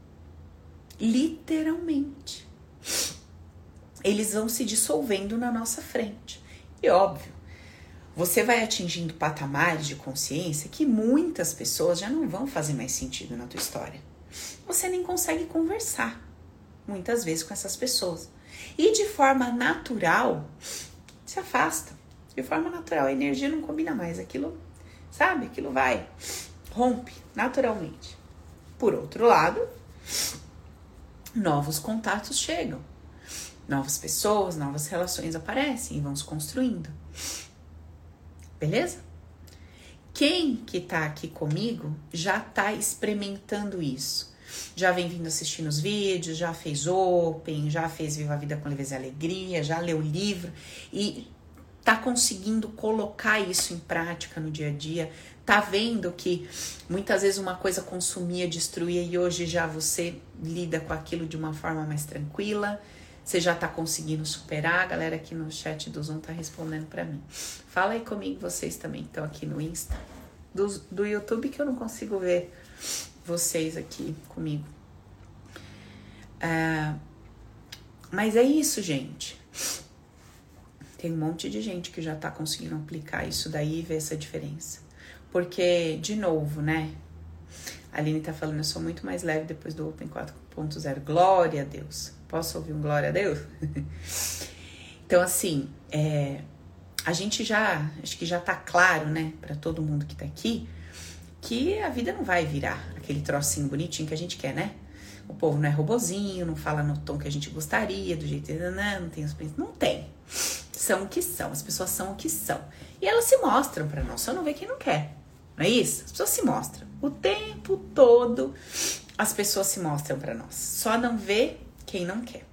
Literalmente. Eles vão se dissolvendo na nossa frente. E óbvio, você vai atingindo patamares de consciência que muitas pessoas já não vão fazer mais sentido na tua história. Você nem consegue conversar muitas vezes com essas pessoas. E de forma natural, se afasta. De forma natural, a energia não combina mais. Aquilo, sabe? Aquilo vai, rompe naturalmente. Por outro lado, novos contatos chegam. Novas pessoas, novas relações aparecem e vão se construindo. Beleza? Quem que tá aqui comigo já tá experimentando isso. Já vem vindo assistindo os vídeos, já fez Open, já fez Viva a Vida com Leveza e Alegria, já leu o livro e tá conseguindo colocar isso em prática no dia a dia. Tá vendo que muitas vezes uma coisa consumia, destruía e hoje já você lida com aquilo de uma forma mais tranquila. Você já tá conseguindo superar. A galera aqui no chat do Zoom tá respondendo pra mim. Fala aí comigo, vocês também estão aqui no Insta. Do YouTube que eu não consigo ver vocês aqui comigo. Mas é isso, gente. Tem um monte de gente que já tá conseguindo aplicar isso daí e ver essa diferença. Porque, de novo, né? A Aline tá falando, eu sou muito mais leve depois do Open 4.0. Glória a Deus. Posso ouvir um glória a Deus? Então, assim, a gente já, acho que já tá claro, né, pra todo mundo que tá aqui, que a vida não vai virar aquele trocinho bonitinho que a gente quer, né? O povo não é robozinho, não fala no tom que a gente gostaria, do jeito que não tem os princípios. Não tem. São o que são, as pessoas são o que são. E elas se mostram pra nós, só não vê quem não quer. Não é isso? As pessoas se mostram o tempo todo as pessoas se mostram pra nós. Só não vê quem não quer.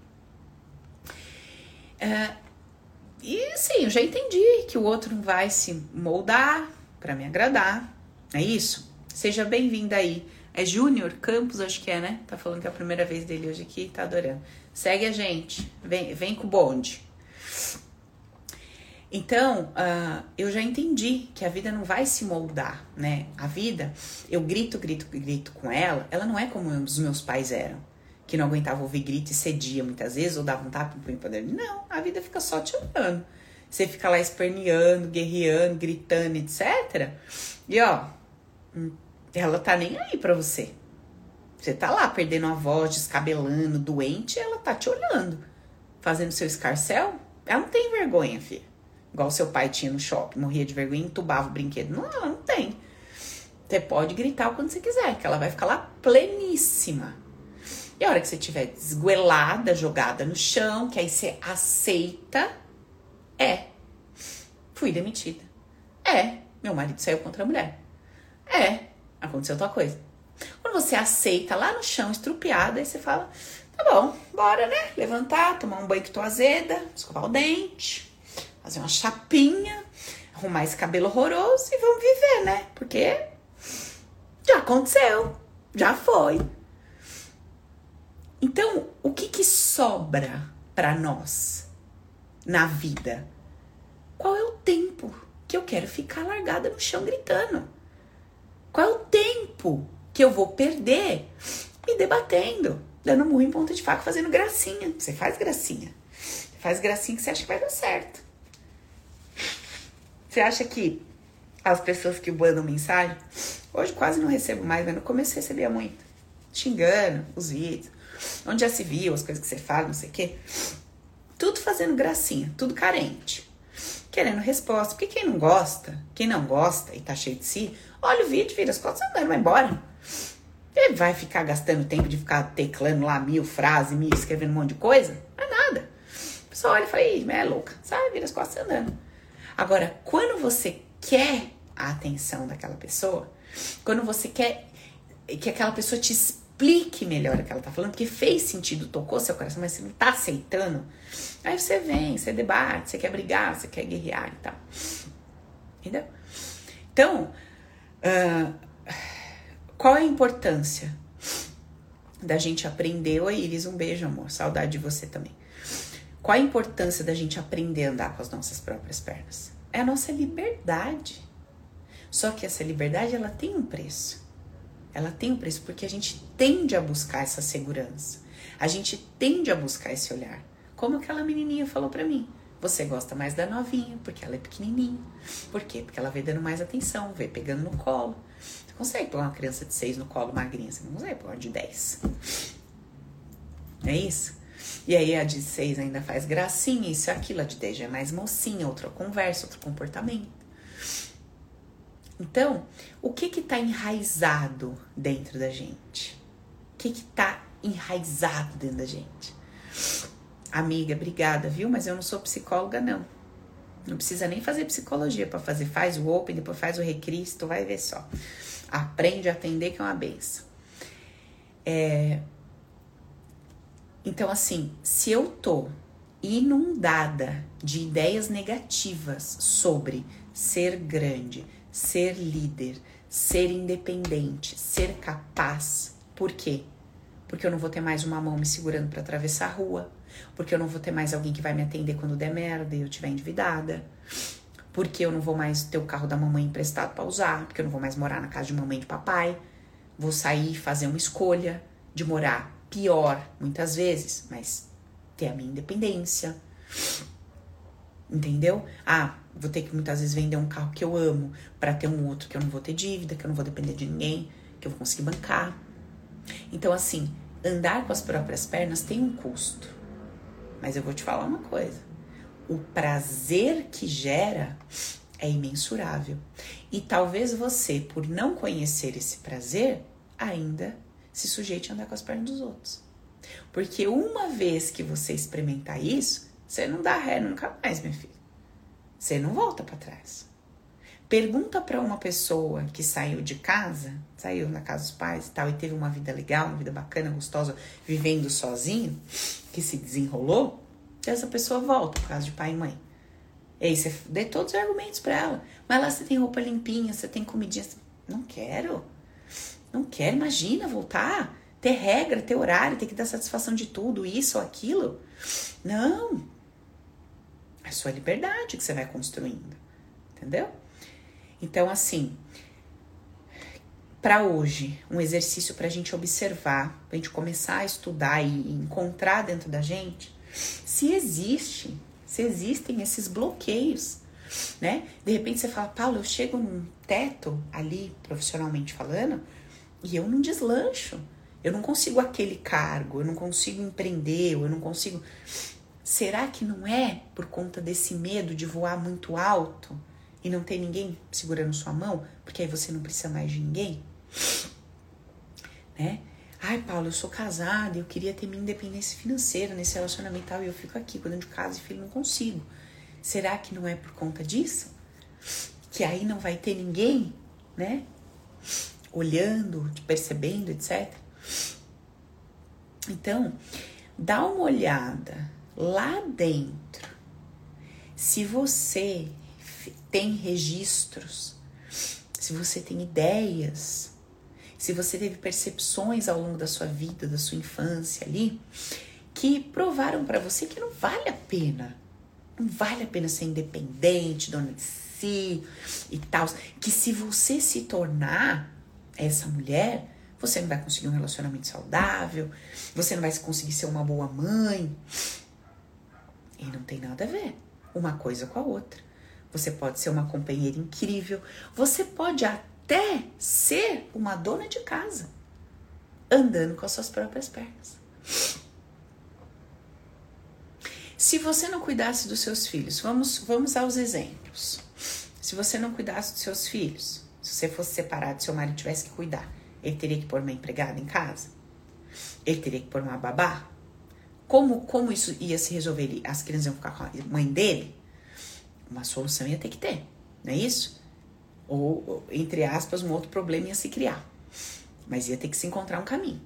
E sim, eu já entendi que o outro não vai se moldar pra me agradar. É isso? Seja bem-vinda aí. É Júnior Campos, acho que é, né? Tá falando que é a primeira vez dele hoje aqui, tá adorando. Segue a gente, vem com o bonde. Então, eu já entendi que a vida não vai se moldar, né? A vida, eu grito com ela não é como os meus pais eram, que não aguentava ouvir grito e cedia muitas vezes, ou dava um tapa no punho pra dentro. Não, a vida fica só te olhando. Você fica lá esperneando, guerreando, gritando, etc. E ó, ela tá nem aí pra você. Você tá lá perdendo a voz, descabelando, doente, ela tá te olhando, fazendo seu escarcel. Ela não tem vergonha, filha. Igual seu pai tinha no shopping, morria de vergonha, entubava o brinquedo. Não, ela não tem. Você pode gritar quando você quiser, que ela vai ficar lá pleníssima. E a hora que você estiver esguelada, jogada no chão, que aí você aceita, fui demitida. Meu marido saiu contra a mulher. Aconteceu tal coisa. Quando você aceita lá no chão, estrupiada, aí você fala, tá bom, bora, né? Levantar, tomar um banho que tô azeda, escovar o dente, fazer uma chapinha, arrumar esse cabelo horroroso e vamos viver, né? Porque já aconteceu, já foi. Então, o que sobra pra nós na vida? Qual é o tempo que eu quero ficar largada no chão gritando? Qual é o tempo que eu vou perder me debatendo, dando murro em ponta de faca, fazendo gracinha? Você faz gracinha. Você faz gracinha que você acha que vai dar certo. Você acha que as pessoas que mandam mensagem, hoje quase não recebo mais, mas no começo eu recebia muito, xingando os vídeos, onde já se viu, as coisas que você fala, não sei o quê, tudo fazendo gracinha, tudo carente, querendo resposta, porque quem não gosta e tá cheio de si, olha o vídeo, vira as costas andando, vai embora. Ele vai ficar gastando tempo de ficar teclando lá 1000 frases, escrevendo um monte de coisa? Não é nada. A pessoa olha e fala, ih, é louca, sabe, vira as costas andando. Agora, quando você quer a atenção daquela pessoa, quando você quer que aquela pessoa te explique melhor o que ela tá falando, porque fez sentido, tocou seu coração, mas você não tá aceitando, aí você vem, você debate, você quer brigar, você quer guerrear e tal. Entendeu? Então, qual é a importância da gente aprender? Oi, Iris, um beijo, amor, saudade de você também. Qual a importância da gente aprender a andar com as nossas próprias pernas? É a nossa liberdade. Só que essa liberdade, ela tem um preço. Ela tem um preço porque a gente tende a buscar essa segurança. A gente tende a buscar esse olhar. Como aquela menininha falou pra mim. Você gosta mais da novinha porque ela é pequenininha. Por quê? Porque ela vê dando mais atenção, vê pegando no colo. Você consegue pôr uma criança de 6 no colo magrinha, você não consegue pôr uma de 10. É isso? E aí a de 6 ainda faz gracinha, isso e aquilo. A de 10 já é mais mocinha, outra conversa, outro comportamento. Então, o que tá enraizado dentro da gente? O que tá enraizado dentro da gente? Amiga, obrigada, viu? Mas eu não sou psicóloga, não. Não precisa nem fazer psicologia para fazer. Faz o Open, depois faz o Recris, tu vai ver só. Aprende a atender, que é uma benção. Então, assim, se eu tô inundada de ideias negativas sobre ser grande, ser líder, ser independente, ser capaz, por quê? Porque eu não vou ter mais uma mão me segurando para atravessar a rua, porque eu não vou ter mais alguém que vai me atender quando der merda e eu estiver endividada, porque eu não vou mais ter o carro da mamãe emprestado para usar, porque eu não vou mais morar na casa de mamãe e de papai, vou sair e fazer uma escolha de morar pior, muitas vezes, mas ter a minha independência, entendeu? Vou ter que muitas vezes vender um carro que eu amo para ter um outro que eu não vou ter dívida, que eu não vou depender de ninguém, que eu vou conseguir bancar. Então, assim, andar com as próprias pernas tem um custo. Mas eu vou te falar uma coisa. O prazer que gera é imensurável. E talvez você, por não conhecer esse prazer, ainda se sujeite a andar com as pernas dos outros. Porque uma vez que você experimentar isso, você não dá ré nunca mais, minha filha. Você não volta para trás. Pergunta para uma pessoa que saiu de casa, saiu na casa dos pais e tal, e teve uma vida legal, uma vida bacana, gostosa, vivendo sozinho, que se desenrolou, essa pessoa volta por causa de pai e mãe. E aí você dê todos os argumentos para ela. Mas lá você tem roupa limpinha, você tem comidinha. Não quero, imagina voltar, ter regra, ter horário, ter que dar satisfação de tudo, isso ou aquilo. Não, é sua liberdade que você vai construindo, entendeu? Então, assim, para hoje, um exercício para a gente observar, para a gente começar a estudar e encontrar dentro da gente se existem esses bloqueios, né? De repente você fala, Paulo, eu chego num teto ali, profissionalmente falando, e eu não deslancho, eu não consigo aquele cargo, eu não consigo empreender, eu não consigo... Será que não é por conta desse medo de voar muito alto e não ter ninguém segurando sua mão, porque aí você não precisa mais de ninguém? Né? Ai, Paulo, eu sou casada, eu queria ter minha independência financeira nesse relacionamento tal, e eu fico aqui cuidando de casa e filho, não consigo. Será que não é por conta disso? Que aí não vai ter ninguém, né? Olhando, percebendo, etc. Então, dá uma olhada lá dentro. Se você tem registros, se você tem ideias, se você teve percepções ao longo da sua vida, da sua infância ali, que provaram para você que não vale a pena. Não vale a pena ser independente, dona de si e tal. Que se você se tornar essa mulher, você não vai conseguir um relacionamento saudável, você não vai conseguir ser uma boa mãe. E não tem nada a ver uma coisa com a outra. Você pode ser uma companheira incrível, você pode até ser uma dona de casa, andando com as suas próprias pernas. Se você não cuidasse dos seus filhos, vamos aos exemplos. Se você não cuidasse dos seus filhos, se você fosse separado, seu marido tivesse que cuidar, ele teria que pôr uma empregada em casa? Ele teria que pôr uma babá? Como isso ia se resolver? As crianças iam ficar com a mãe dele? Uma solução ia ter que ter, não é isso? Ou, entre aspas, um outro problema ia se criar. Mas ia ter que se encontrar um caminho.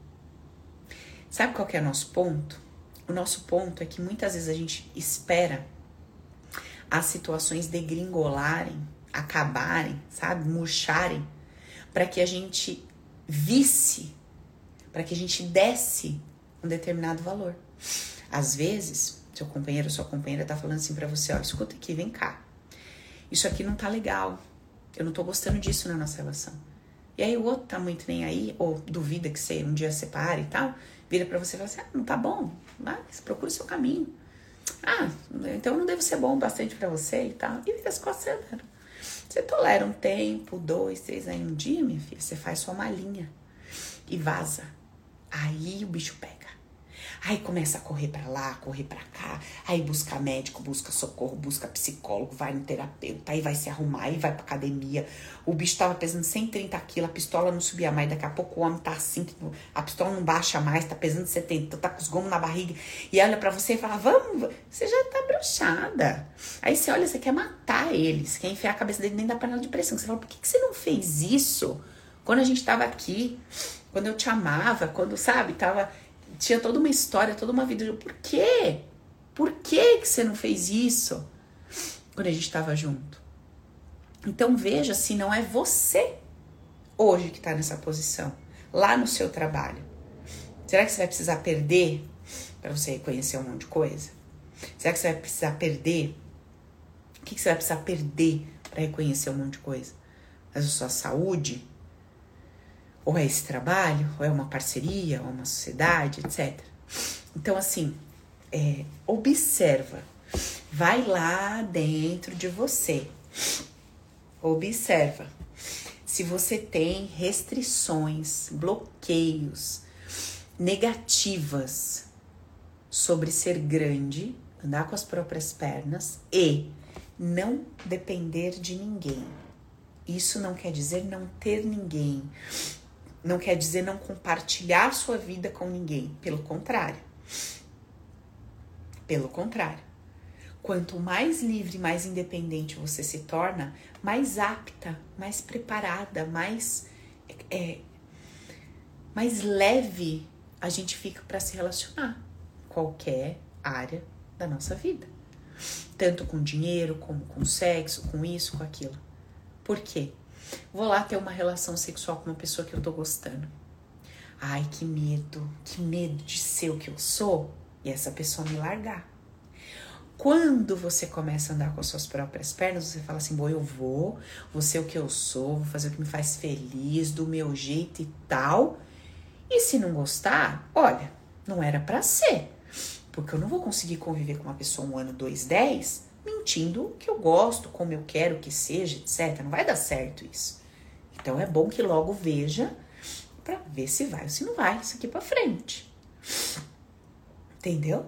Sabe qual que é o nosso ponto? O nosso ponto é que muitas vezes a gente espera as situações degringolarem, acabarem, sabe? Murcharem, para que a gente visse, para que a gente desse um determinado valor. Às vezes, seu companheiro ou sua companheira tá falando assim pra você, ó, escuta aqui, vem cá. Isso aqui não tá legal. Eu não tô gostando disso na nossa relação. E aí o outro tá muito nem aí, ou duvida que você um dia separe e tal, vira pra você e fala assim, não tá bom, mas procura o seu caminho. Então eu não devo ser bom bastante pra você e tal. E vira as costas andando. Você tolera um tempo, 2, 3, aí um dia, minha filha, você faz sua malinha e vaza. Aí o bicho pega. Aí começa a correr pra lá, correr pra cá. Aí busca médico, busca socorro, busca psicólogo, vai no terapeuta. Aí vai se arrumar, aí vai pra academia. O bicho tava pesando 130 quilos, a pistola não subia mais. Daqui a pouco o homem tá assim, a pistola não baixa mais, tá pesando 70, tá com os gomos na barriga. E olha pra você e fala, vamos, você já tá broxada. Aí você olha, você quer matar ele, você quer enfiar a cabeça dele dentro da panela de pressão. Você fala, por que você não fez isso quando a gente tava aqui? Quando eu te amava, quando, sabe, tinha toda uma história, toda uma vida. Por quê? Por que você não fez isso quando a gente estava junto? Então veja se não é você hoje que está nessa posição, lá no seu trabalho. Será que você vai precisar perder para você reconhecer um monte de coisa? Será que você vai precisar perder? O que você vai precisar perder para reconhecer um monte de coisa? A sua saúde? Ou é esse trabalho, ou é uma parceria, ou uma sociedade, etc. Então, assim, observa. Vai lá dentro de você. Observa. Se você tem restrições, bloqueios, negativas sobre ser grande, andar com as próprias pernas e não depender de ninguém. Isso não quer dizer não ter ninguém. Não quer dizer não compartilhar sua vida com ninguém. Pelo contrário. Pelo contrário. Quanto mais livre, mais independente você se torna, mais apta, mais preparada, mais leve a gente fica para se relacionar em qualquer área da nossa vida. Tanto com dinheiro, como com sexo, com isso, com aquilo. Por quê? Vou lá ter uma relação sexual com uma pessoa que eu tô gostando. Ai, que medo de ser o que eu sou e essa pessoa me largar. Quando você começa a andar com as suas próprias pernas, você fala assim, bom, eu vou ser o que eu sou, vou fazer o que me faz feliz, do meu jeito e tal. E se não gostar, olha, não era pra ser. Porque eu não vou conseguir conviver com uma pessoa 1 ano, 2, 10, mentindo que eu gosto, como eu quero que seja, etc. Não vai dar certo isso. Então é bom que logo veja pra ver se vai ou se não vai isso aqui pra frente. Entendeu?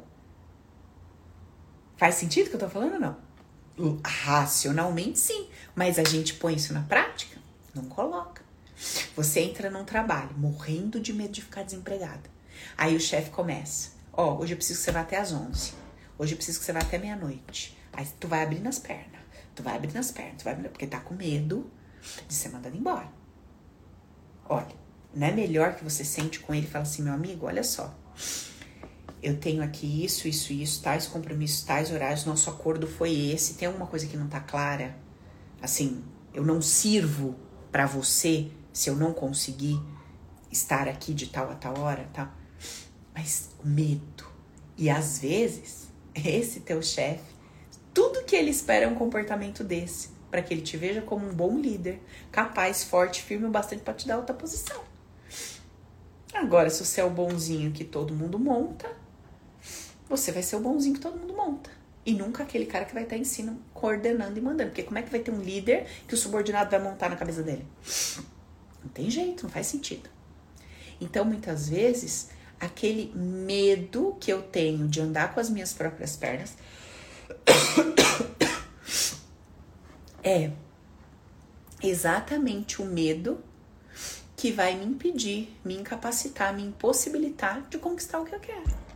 Faz sentido o que eu tô falando ou não? Racionalmente sim, mas a gente põe isso na prática? Não coloca. Você entra num trabalho morrendo de medo de ficar desempregada. Aí o chefe começa, hoje eu preciso que você vá até às 11. Hoje eu preciso que você vá até meia-noite. Aí tu vai abrindo as pernas, porque tá com medo de ser mandado embora. Olha, não é melhor que você sente com ele e fala assim, meu amigo, olha só, eu tenho aqui isso, tais compromissos, tais horários, nosso acordo foi esse, tem alguma coisa que não tá clara? Assim, eu não sirvo pra você se eu não conseguir estar aqui de tal a tal hora, tá? Mas o medo. E às vezes, esse teu chefe, tudo que ele espera é um comportamento desse, pra que ele te veja como um bom líder, capaz, forte, firme o bastante pra te dar outra posição. Agora, se você é o bonzinho que todo mundo monta, você vai ser o bonzinho que todo mundo monta. E nunca aquele cara que vai estar em cima, coordenando e mandando. Porque como é que vai ter um líder que o subordinado vai montar na cabeça dele? Não tem jeito, não faz sentido. Então, muitas vezes, aquele medo que eu tenho de andar com as minhas próprias pernas é exatamente o medo que vai me impedir, me incapacitar, me impossibilitar de conquistar o que eu quero.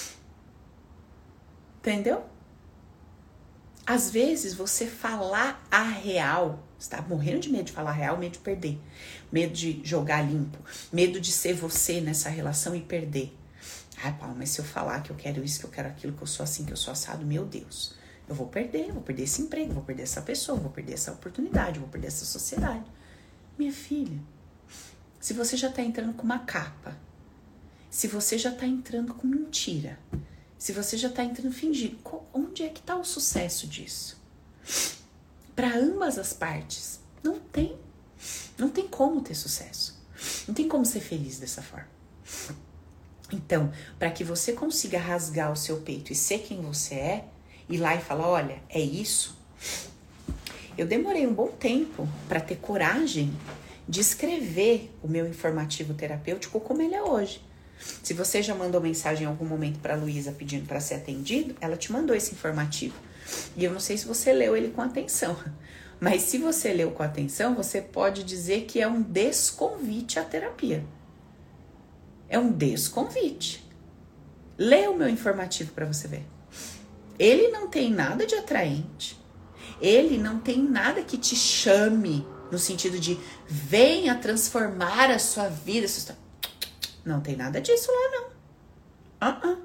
Entendeu? Às vezes, você falar a real, você tá morrendo de medo de falar a real, medo de perder, medo de jogar limpo, medo de ser você nessa relação e perder. Ai, Paulo, mas se eu falar que eu quero isso, que eu quero aquilo, que eu sou assim, que eu sou assado, meu Deus, eu vou perder esse emprego, vou perder essa pessoa, vou perder essa oportunidade, vou perder essa sociedade. Minha filha, se você já tá entrando com uma capa, se você já tá entrando com mentira, se você já tá entrando fingindo, onde é que tá o sucesso disso? Para ambas as partes, não tem como ter sucesso. Não tem como ser feliz dessa forma. Então, para que você consiga rasgar o seu peito e ser quem você é, ir lá e falar, olha, é isso. Eu demorei um bom tempo para ter coragem de escrever o meu informativo terapêutico como ele é hoje. Se você já mandou mensagem em algum momento para a Luísa pedindo para ser atendido, ela te mandou esse informativo. E eu não sei se você leu ele com atenção. Mas se você leu com atenção, você pode dizer que é um desconvite à terapia. É um desconvite. Lê o meu informativo para você ver. Ele não tem nada de atraente. Ele não tem nada que te chame no sentido de venha transformar a sua vida. Não tem nada disso lá, não.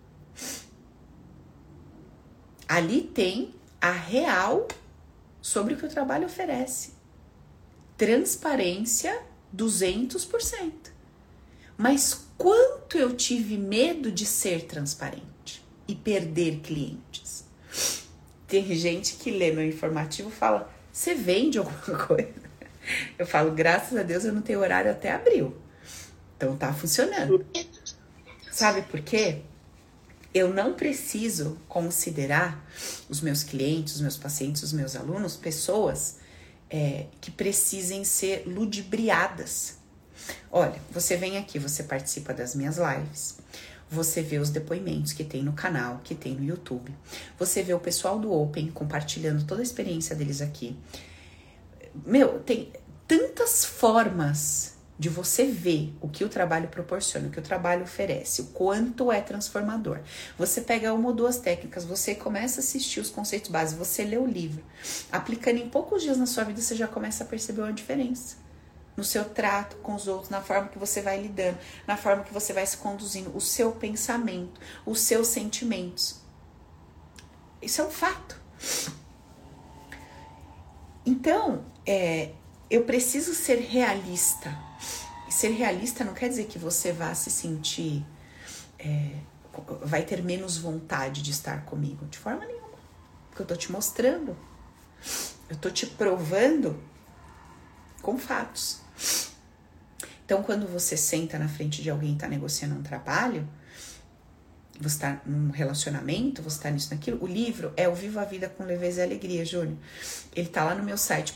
Ali tem a real sobre o que o trabalho oferece. Transparência 200%. Mas quanto eu tive medo de ser transparente e perder clientes? Tem gente que lê meu informativo e fala, você vende alguma coisa? Eu falo, graças a Deus eu não tenho horário até abril. Então tá funcionando. Sabe por quê? Eu não preciso considerar os meus clientes, os meus pacientes, os meus alunos, pessoas que precisem ser ludibriadas. Olha, você vem aqui, você participa das minhas lives, você vê os depoimentos que tem no canal, que tem no YouTube, você vê o pessoal do Open compartilhando toda a experiência deles aqui. Meu, tem tantas formas de você ver o que o trabalho proporciona, o que o trabalho oferece, o quanto é transformador. Você pega uma ou duas técnicas, você começa a assistir os conceitos básicos, você lê o livro, aplicando em poucos dias na sua vida, você já começa a perceber uma diferença no seu trato com os outros, na forma que você vai lidando, na forma que você vai se conduzindo, o seu pensamento, os seus sentimentos. Isso é um fato. Então, eu preciso ser realista. E ser realista não quer dizer que você vá se sentir, vai ter menos vontade de estar comigo, de forma nenhuma. Porque eu tô te mostrando, eu tô te provando com fatos. Então, quando você senta na frente de alguém e tá negociando um trabalho, você está num relacionamento, você está nisso, naquilo. O livro é o Viva a Vida com Leveza e Alegria, Júnior. Ele tá lá no meu site,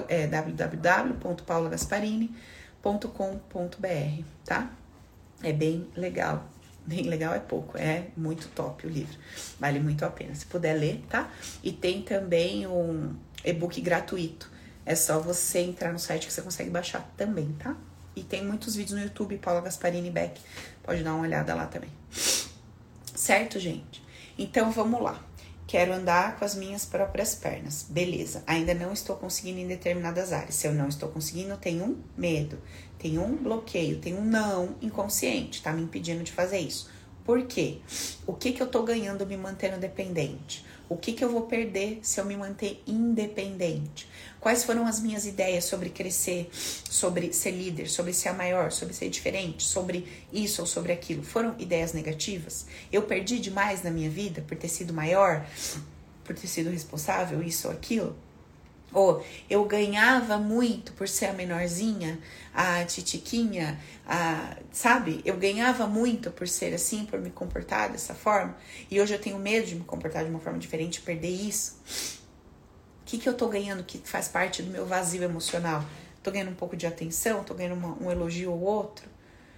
www.paulagasparini.com.br, tá? É bem legal. Bem legal é pouco, é muito top o livro. Vale muito a pena, se puder ler, tá? E tem também um e-book gratuito. É só você entrar no site que você consegue baixar também, tá? E tem muitos vídeos no YouTube, Paula Gasparini Beck. Pode dar uma olhada lá também. Certo, gente? Então, vamos lá. Quero andar com as minhas próprias pernas. Beleza. Ainda não estou conseguindo em determinadas áreas. Se eu não estou conseguindo, tem um medo, tem um bloqueio, tem um não inconsciente. Tá me impedindo de fazer isso. Por quê? O que eu tô ganhando me mantendo dependente? O que eu vou perder se eu me manter independente? Quais foram as minhas ideias sobre crescer, sobre ser líder, sobre ser a maior, sobre ser diferente, sobre isso ou sobre aquilo? Foram ideias negativas? Eu perdi demais na minha vida por ter sido maior, por ter sido responsável, isso ou aquilo? Ou eu ganhava muito por ser a menorzinha, a titiquinha, sabe? Eu ganhava muito por ser assim, por me comportar dessa forma. E hoje eu tenho medo de me comportar de uma forma diferente e perder isso. O que eu tô ganhando que faz parte do meu vazio emocional? Tô ganhando um pouco de atenção? Tô ganhando um elogio ou outro?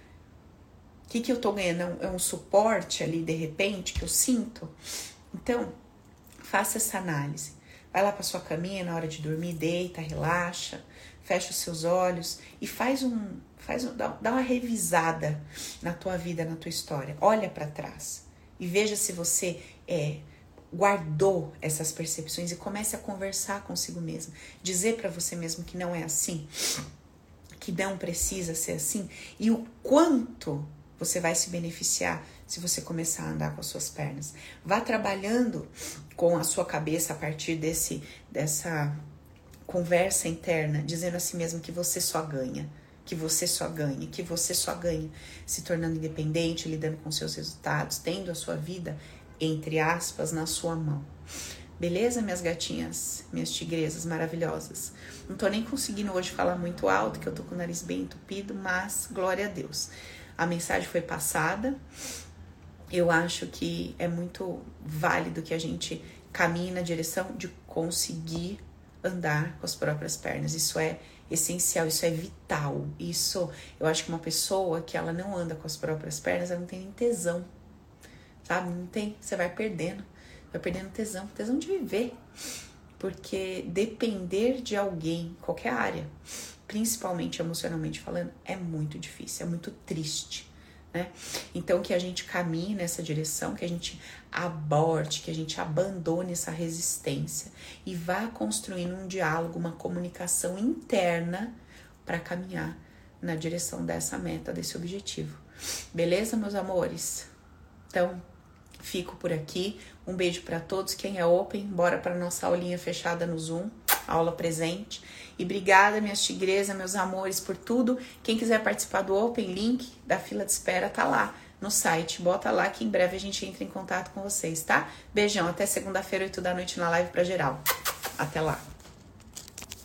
O que eu tô ganhando? É um suporte ali, de repente, que eu sinto? Então, faça essa análise. Vai lá pra sua caminha na hora de dormir, deita, relaxa, fecha os seus olhos e dá uma revisada na tua vida, na tua história. Olha pra trás e veja se você guardou essas percepções e comece a conversar consigo mesmo. Dizer pra você mesmo que não é assim, que não precisa ser assim e o quanto você vai se beneficiar se você começar a andar com as suas pernas. Vá trabalhando com a sua cabeça a partir dessa conversa interna, dizendo a si mesmo que você só ganha, que você só ganha, que você só ganha, se tornando independente, lidando com seus resultados, tendo a sua vida, entre aspas, na sua mão. Beleza, minhas gatinhas, minhas tigresas maravilhosas? Não tô nem conseguindo hoje falar muito alto, que eu tô com o nariz bem entupido, mas glória a Deus. A mensagem foi passada. Eu acho que é muito válido que a gente caminhe na direção de conseguir andar com as próprias pernas. Isso é essencial, isso é vital. Isso, eu acho que uma pessoa que ela não anda com as próprias pernas, ela não tem nem tesão, sabe? Não tem, você vai perdendo tesão de viver. Porque depender de alguém, qualquer área, principalmente emocionalmente falando, é muito difícil, é muito triste, né? Então, que a gente caminhe nessa direção, que a gente aborte, que a gente abandone essa resistência e vá construindo um diálogo, uma comunicação interna para caminhar na direção dessa meta, desse objetivo. Beleza, meus amores? Então, fico por aqui. Um beijo para todos. Quem é open, bora para nossa aulinha fechada no Zoom, aula presente. E obrigada, minhas tigresas, meus amores, por tudo. Quem quiser participar do Open, link da fila de espera tá lá no site. Bota lá que em breve a gente entra em contato com vocês, tá? Beijão, até segunda-feira, 8 da noite na live pra geral. Até lá.